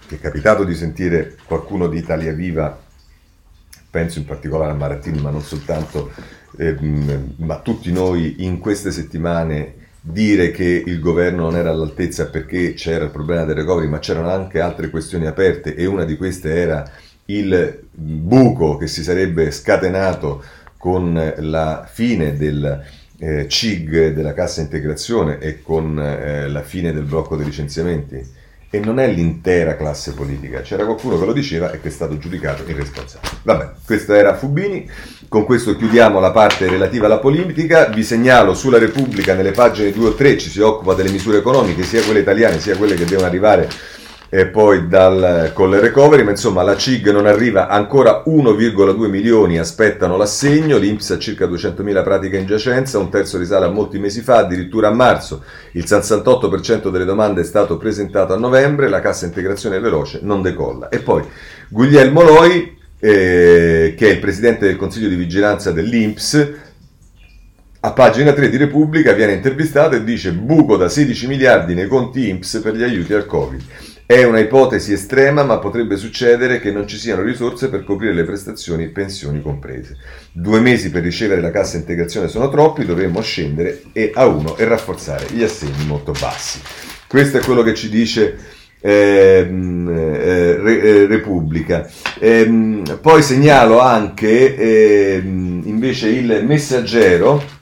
è capitato di sentire qualcuno di Italia Viva, penso in particolare a Marattini, ma non soltanto, eh, ma tutti noi in queste settimane dire che il governo non era all'altezza perché c'era il problema del recovery, ma c'erano anche altre questioni aperte, e una di queste era il buco che si sarebbe scatenato con la fine del eh, C I G, della cassa integrazione, e con eh, la fine del blocco dei licenziamenti. E non è l'intera classe politica, c'era qualcuno che lo diceva e che è stato giudicato irresponsabile. Vabbè, questo era Fubini, con questo chiudiamo la parte relativa alla politica. Vi segnalo sulla Repubblica, nelle pagine due o tre, ci si occupa delle misure economiche, sia quelle italiane sia quelle che devono arrivare e poi dal, con le recovery, ma insomma la C I G non arriva, ancora uno virgola due milioni aspettano l'assegno, l'I N P S ha circa duecentomila pratiche in giacenza, un terzo risale a molti mesi fa, addirittura a marzo, il sessantotto per cento delle domande è stato presentato a novembre, la cassa integrazione veloce non decolla. E poi Guglielmo Loi, eh, che è il presidente del consiglio di vigilanza dell'I N P S, a pagina tre di Repubblica viene intervistato e dice: buco da sedici miliardi nei conti I N P S per gli aiuti al Covid. È una ipotesi estrema, ma potrebbe succedere che non ci siano risorse per coprire le prestazioni, pensioni comprese. Due mesi per ricevere la cassa integrazione sono troppi, dovremmo scendere e a uno e rafforzare gli assegni molto bassi. Questo è quello che ci dice eh, eh, Re, Repubblica. Eh, poi segnalo anche eh, invece il Messaggero,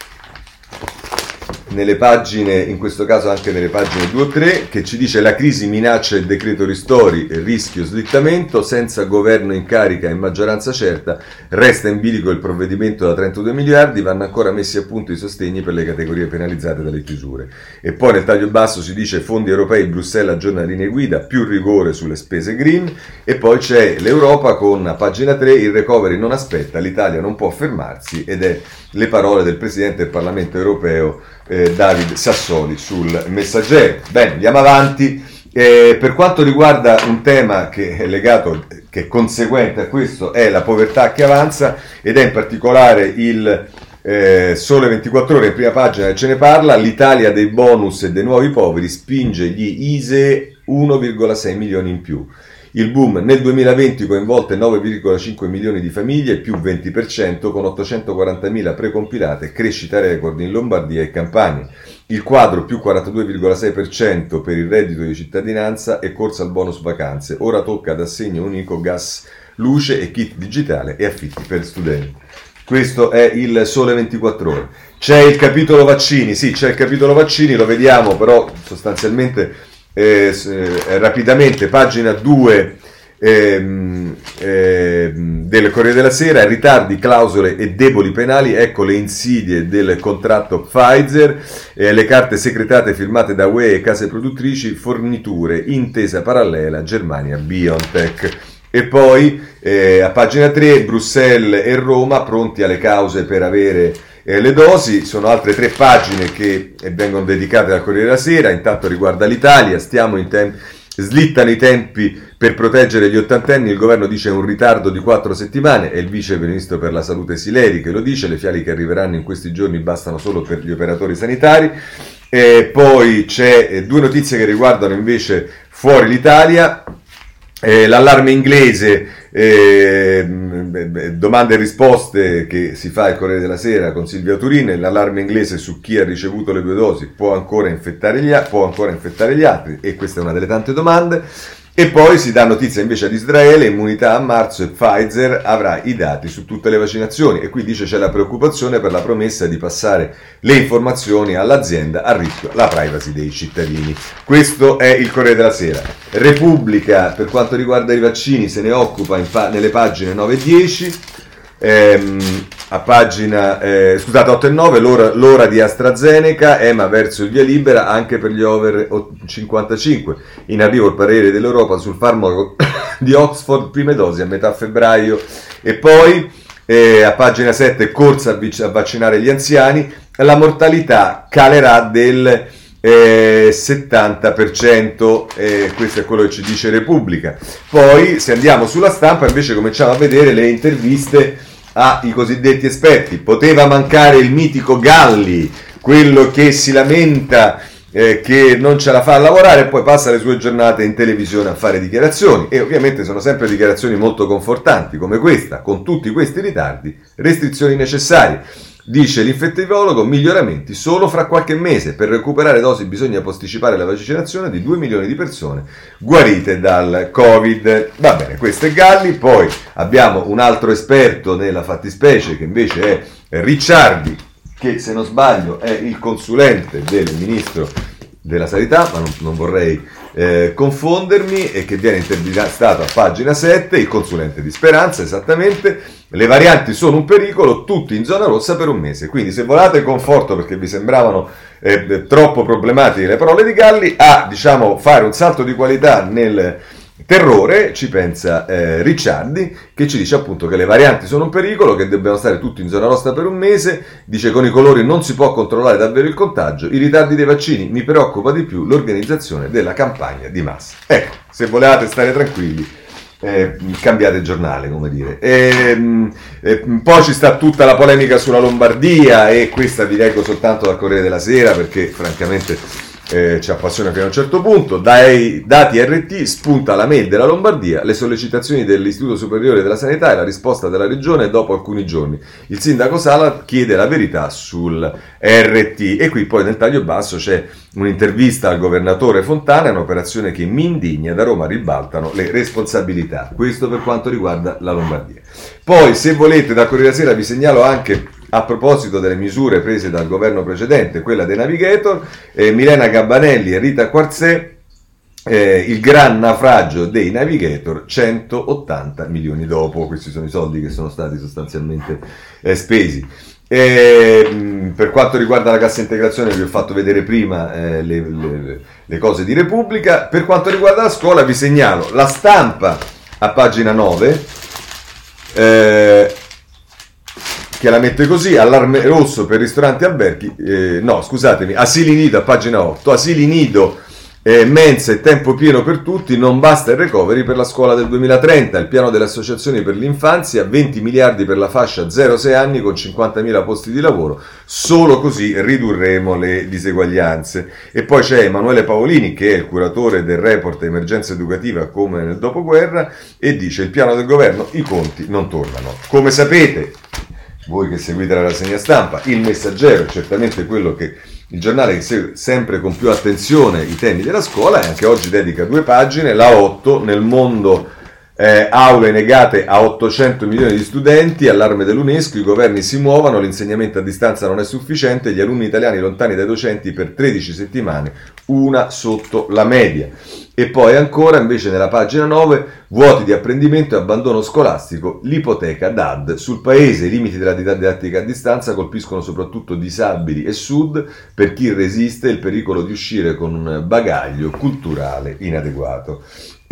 nelle pagine, in questo caso anche nelle pagine due o tre, che ci dice: la crisi minaccia il decreto ristori e rischio slittamento, senza governo in carica e maggioranza certa, resta in bilico il provvedimento da trentadue miliardi, vanno ancora messi a punto i sostegni per le categorie penalizzate dalle chiusure. E poi nel taglio basso si dice: fondi europei, Bruxelles aggiorna linee guida, più rigore sulle spese green. E poi c'è l'Europa con, a pagina tre, il recovery non aspetta, l'Italia non può fermarsi, ed è le parole del Presidente del Parlamento europeo eh, David Sassoli sul Messaggero. Bene, andiamo avanti. Eh, per quanto riguarda un tema che è legato, che è conseguente a questo, è la povertà che avanza, ed è in particolare il eh, Sole ventiquattro Ore, in prima pagina che ce ne parla. L'Italia dei bonus e dei nuovi poveri spinge gli I S E E uno virgola sei milioni in più. Il boom nel duemilaventi coinvolte nove virgola cinque milioni di famiglie, più venti per cento, con ottocentoquarantamila precompilate, crescita record in Lombardia e Campania. Il quadro più quarantadue virgola sei per cento per il reddito di cittadinanza e corsa al bonus vacanze. Ora tocca ad assegno unico gas, luce e kit digitale e affitti per studenti. Questo è il Sole ventiquattro Ore. C'è il capitolo vaccini, sì, c'è il capitolo vaccini, lo vediamo però sostanzialmente Eh, eh, rapidamente. Pagina due ehm, ehm, del Corriere della Sera: ritardi, clausole e deboli penali, ecco le insidie del contratto Pfizer, eh, le carte segretate firmate da U E e case produttrici, forniture, intesa parallela Germania-BioNTech. E poi eh, a pagina tre Bruxelles e Roma pronti alle cause per avere Eh, le dosi. Sono altre tre pagine che eh, vengono dedicate al Corriere della Sera. Intanto riguarda l'Italia, stiamo in tempi, slittano i tempi per proteggere gli ottantenni, il governo dice un ritardo di quattro settimane, è il vice ministro per la salute Sileri che lo dice, le fiale che arriveranno in questi giorni bastano solo per gli operatori sanitari. E poi c'è eh, due notizie che riguardano invece fuori l'Italia. Eh, l'allarme inglese, eh, domande e risposte che si fa al Corriere della Sera con Silvia Turin. L'allarme inglese su chi ha ricevuto le due dosi può ancora infettare gli, può ancora infettare gli altri, e questa è una delle tante domande. E poi si dà notizia invece ad Israele, immunità a marzo e Pfizer avrà i dati su tutte le vaccinazioni, e qui dice c'è la preoccupazione per la promessa di passare le informazioni all'azienda, a rischio la privacy dei cittadini. Questo è il Corriere della Sera. Repubblica, per quanto riguarda i vaccini, se ne occupa in pa- nelle pagine nove e dieci. Ehm, a pagina eh, scusate otto e nove, l'ora, l'ora di AstraZeneca, E M A verso il via libera anche per gli over cinquantacinque, in arrivo il parere dell'Europa sul farmaco di Oxford, prime dosi a metà febbraio. E poi eh, a pagina sette corsa a, vic- a vaccinare gli anziani, la mortalità calerà del eh, settanta per cento, eh, questo è quello che ci dice Repubblica. Poi se andiamo sulla Stampa invece cominciamo a vedere le interviste ai cosiddetti esperti. Poteva mancare il mitico Galli, quello che si lamenta eh, che non ce la fa a lavorare e poi passa le sue giornate in televisione a fare dichiarazioni, e ovviamente sono sempre dichiarazioni molto confortanti come questa: con tutti questi ritardi, restrizioni necessarie. Dice l'infettivologo, miglioramenti solo fra qualche mese. Per recuperare dosi bisogna posticipare la vaccinazione di due milioni di persone guarite dal Covid. Va bene, questo è Galli. Poi abbiamo un altro esperto nella fattispecie, che invece è Ricciardi, che se non sbaglio è il consulente del ministro della Sanità, ma non, non vorrei eh, confondermi, e che viene intervistato a pagina sette, il consulente di Speranza, esattamente. Le varianti sono un pericolo, tutti in zona rossa per un mese. Quindi se volate conforto perché vi sembravano eh, troppo problematiche le parole di Galli, a diciamo fare un salto di qualità nel terrore ci pensa eh, Ricciardi, che ci dice appunto che le varianti sono un pericolo, che dobbiamo stare tutti in zona rossa per un mese. Dice: con i colori non si può controllare davvero il contagio, i ritardi dei vaccini, mi preoccupa di più l'organizzazione della campagna di massa. Ecco, se volevate stare tranquilli, Eh, cambiate giornale, come dire. E, e, poi ci sta tutta la polemica sulla Lombardia, e questa vi leggo soltanto dal Corriere della Sera perché francamente eh, ci appassiona fino a un certo punto. Dai dati R T spunta la mail della Lombardia, le sollecitazioni dell'Istituto Superiore della Sanità e la risposta della Regione dopo alcuni giorni. Il sindaco Sala chiede la verità sul R T, e qui poi nel taglio basso c'è un'intervista al governatore Fontana, è un'operazione che mi indigna, da Roma ribaltano le responsabilità. Questo per quanto riguarda la Lombardia. Poi, se volete, da Corriere della Sera vi segnalo anche, a proposito delle misure prese dal governo precedente, quella dei Navigator, eh, Milena Gabbanelli e Rita Quarzè, eh, il gran naufragio dei Navigator, centottanta milioni dopo. Questi sono i soldi che sono stati sostanzialmente eh, spesi. E, per quanto riguarda la cassa integrazione vi ho fatto vedere prima eh, le, le, le cose di Repubblica. Per quanto riguarda la scuola vi segnalo La Stampa a pagina nove, eh, che la mette così: allarme rosso per ristoranti e alberghi, eh, no scusatemi, asili nido a pagina otto, asili nido, eh, mensa e tempo pieno per tutti, non basta il recovery per la scuola del duemilatrenta, il piano delle associazioni per l'infanzia, venti miliardi per la fascia zero sei anni con cinquantamila posti di lavoro, solo così ridurremo le diseguaglianze. E poi c'è Emanuele Paolini, che è il curatore del report Emergenza Educativa come nel dopoguerra, e dice: il piano del governo, i conti non tornano. Come sapete, voi che seguite la rassegna stampa, Il Messaggero è certamente quello che il giornale che segue sempre con più attenzione i temi della scuola, e anche oggi dedica due pagine. La otto, nel mondo, eh, aule negate a ottocento milioni di studenti, allarme dell'UNESCO, i governi si muovono, l'insegnamento a distanza non è sufficiente, gli alunni italiani lontani dai docenti per tredici settimane, una sotto la media. E poi ancora, invece, nella pagina nove, vuoti di apprendimento e abbandono scolastico, l'ipoteca D A D sul paese, i limiti della didattica a distanza colpiscono soprattutto disabili e sud, per chi resiste il pericolo di uscire con un bagaglio culturale inadeguato.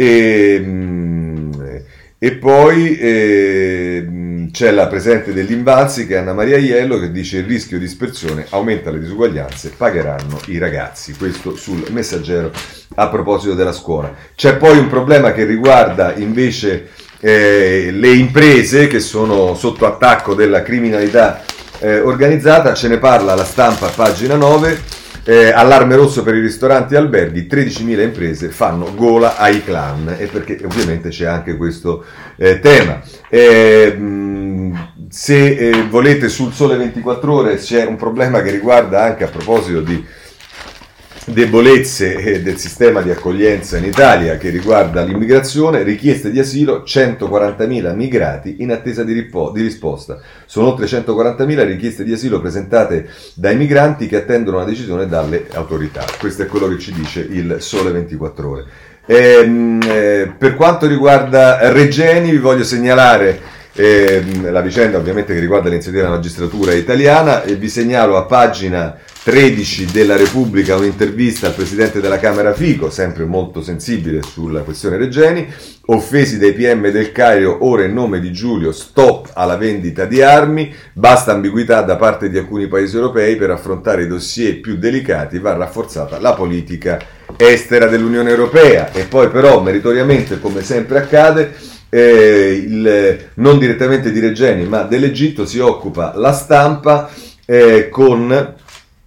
E, e poi eh, c'è la presente dell'Invalsi, che è Anna Maria Iello, che dice: il rischio di dispersione aumenta le disuguaglianze, pagheranno i ragazzi. Questo sul Messaggero a proposito della scuola. C'è poi un problema che riguarda invece eh, le imprese, che sono sotto attacco della criminalità eh, organizzata. Ce ne parla La Stampa a pagina nove. Eh, allarme rosso per i ristoranti e alberghi, tredicimila imprese fanno gola ai clan, e perché ovviamente c'è anche questo eh, tema. Eh, mh, se eh, volete, sul Sole ventiquattro Ore c'è un problema che riguarda anche, a proposito di debolezze eh, del sistema di accoglienza in Italia, che riguarda l'immigrazione. Richieste di asilo, centoquarantamila migrati in attesa di, ripo- di risposta. Sono oltre centoquarantamila richieste di asilo presentate dai migranti che attendono una decisione dalle autorità. Questo è quello che ci dice il Sole ventiquattro Ore. Ehm, eh, per quanto riguarda Regeni, vi voglio segnalare eh, la vicenda ovviamente che riguarda l'iniziativa della magistratura italiana, e vi segnalo a pagina tredici della Repubblica un'intervista al presidente della Camera Fico, sempre molto sensibile sulla questione Regeni. Offesi dai P M del Cairo, ora in nome di Giulio, stop alla vendita di armi, basta ambiguità da parte di alcuni paesi europei per affrontare i dossier più delicati, va rafforzata la politica estera dell'Unione Europea. E poi però, meritoriamente, come sempre accade, eh, il, non direttamente di Regeni ma dell'Egitto si occupa La Stampa, eh, con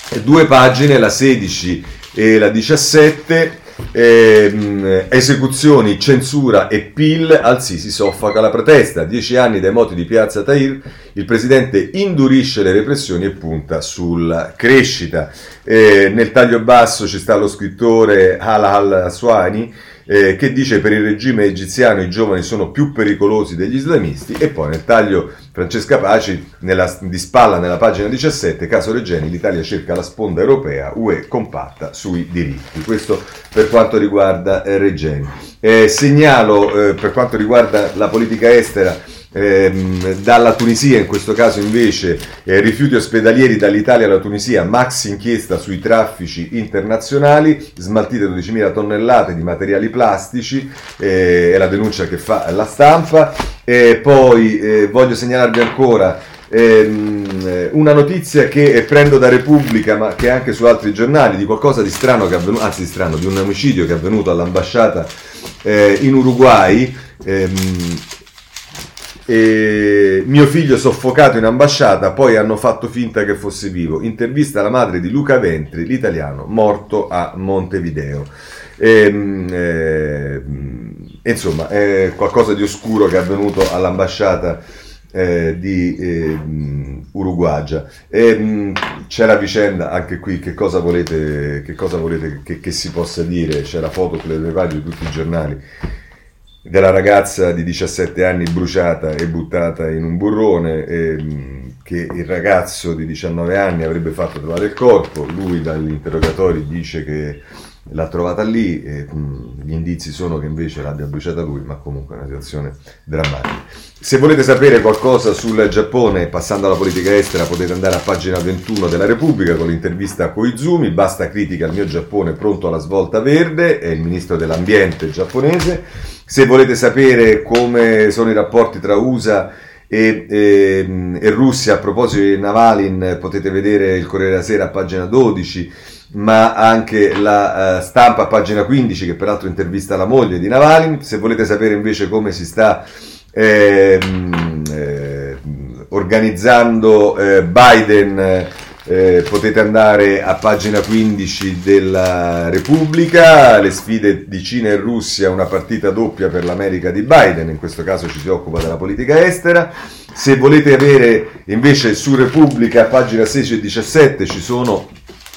due pagine, la sedici e la diciassette, ehm, esecuzioni, censura e P I L, Al-Sisi soffoca la protesta, dieci anni dai moti di Piazza Tahrir, il presidente indurisce le repressioni e punta sulla crescita. Eh, nel taglio basso ci sta lo scrittore Halal Aswani, Eh, che dice per il regime egiziano i giovani sono più pericolosi degli islamisti, e poi nel taglio Francesca Paci nella, di spalla nella pagina diciassette, caso Regeni, l'Italia cerca la sponda europea, U E compatta sui diritti. Questo per quanto riguarda eh, Regeni. Eh, segnalo eh, per quanto riguarda la politica estera, Ehm, dalla Tunisia, in questo caso invece eh, rifiuti ospedalieri dall'Italia alla Tunisia, maxi inchiesta sui traffici internazionali, smaltite dodicimila tonnellate di materiali plastici, eh, è la denuncia che fa la Stampa. E poi eh, voglio segnalarvi ancora ehm, una notizia che prendo da Repubblica, ma che è anche su altri giornali, di qualcosa di strano che è avvenuto, anzi di strano, di un omicidio che è avvenuto all'ambasciata eh, in Uruguay. ehm, E mio figlio soffocato in ambasciata, poi hanno fatto finta che fosse vivo. Intervista alla madre di Luca Ventri, l'italiano morto a Montevideo. E, eh, insomma, è qualcosa di oscuro che è avvenuto all'ambasciata eh, di eh, Uruguagia. E, c'è la vicenda, anche qui, che cosa volete, che, cosa volete che, che si possa dire? C'è la foto sulle due pagine di tutti i giornali della ragazza di diciassette anni bruciata e buttata in un burrone, ehm, che il ragazzo di diciannove anni avrebbe fatto trovare il corpo. Lui dagli interrogatori dice che l'ha trovata lì, e, mh, gli indizi sono che invece l'abbia bruciata lui, ma comunque è una situazione drammatica. Se volete sapere qualcosa sul Giappone, passando alla politica estera, potete andare a pagina ventuno della Repubblica con l'intervista a Koizumi, basta critica al mio Giappone pronto alla svolta verde, è il ministro dell'ambiente giapponese. Se volete sapere come sono i rapporti tra U S A e, e, e Russia a proposito di Navalny, potete vedere il Corriere della Sera a pagina dodici, ma anche la uh, Stampa a pagina quindici, che peraltro intervista la moglie di Navalny. Se volete sapere invece come si sta eh, eh, organizzando eh, Biden, Eh, potete andare a pagina quindici della Repubblica, le sfide di Cina e Russia, una partita doppia per l'America di Biden, in questo caso ci si occupa della politica estera. Se volete avere invece su Repubblica, pagina sedici e diciassette, ci sono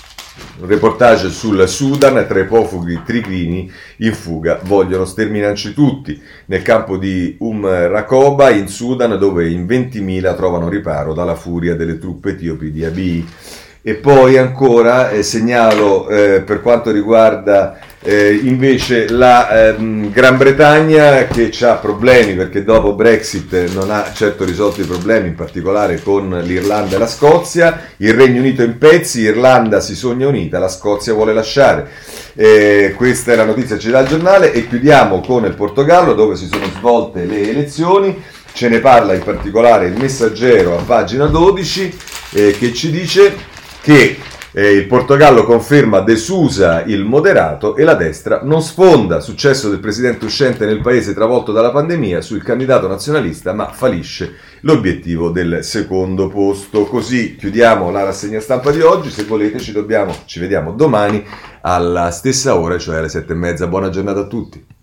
un reportage sul Sudan, tra i profughi triclini in fuga vogliono sterminarci tutti, nel campo di Um Rakoba in Sudan, dove in ventimila trovano riparo dalla furia delle truppe etiopi di Abiy. E poi ancora eh, segnalo eh, per quanto riguarda eh, invece la ehm, Gran Bretagna, che ha problemi perché dopo Brexit non ha certo risolto i problemi, in particolare con l'Irlanda e la Scozia. Il Regno Unito in pezzi, Irlanda si sogna unita, la Scozia vuole lasciare. Eh, questa è la notizia che ci dà il giornale, e chiudiamo con il Portogallo, dove si sono svolte le elezioni. Ce ne parla in particolare il Messaggero a pagina dodici, eh, che ci dice che eh, il Portogallo conferma De Sousa il moderato e la destra non sfonda. Successo del presidente uscente nel paese travolto dalla pandemia, sul candidato nazionalista, ma fallisce l'obiettivo del secondo posto. Così chiudiamo la rassegna stampa di oggi. Se volete ci, dobbiamo, ci vediamo domani alla stessa ora, cioè alle sette e mezza. Buona giornata a tutti.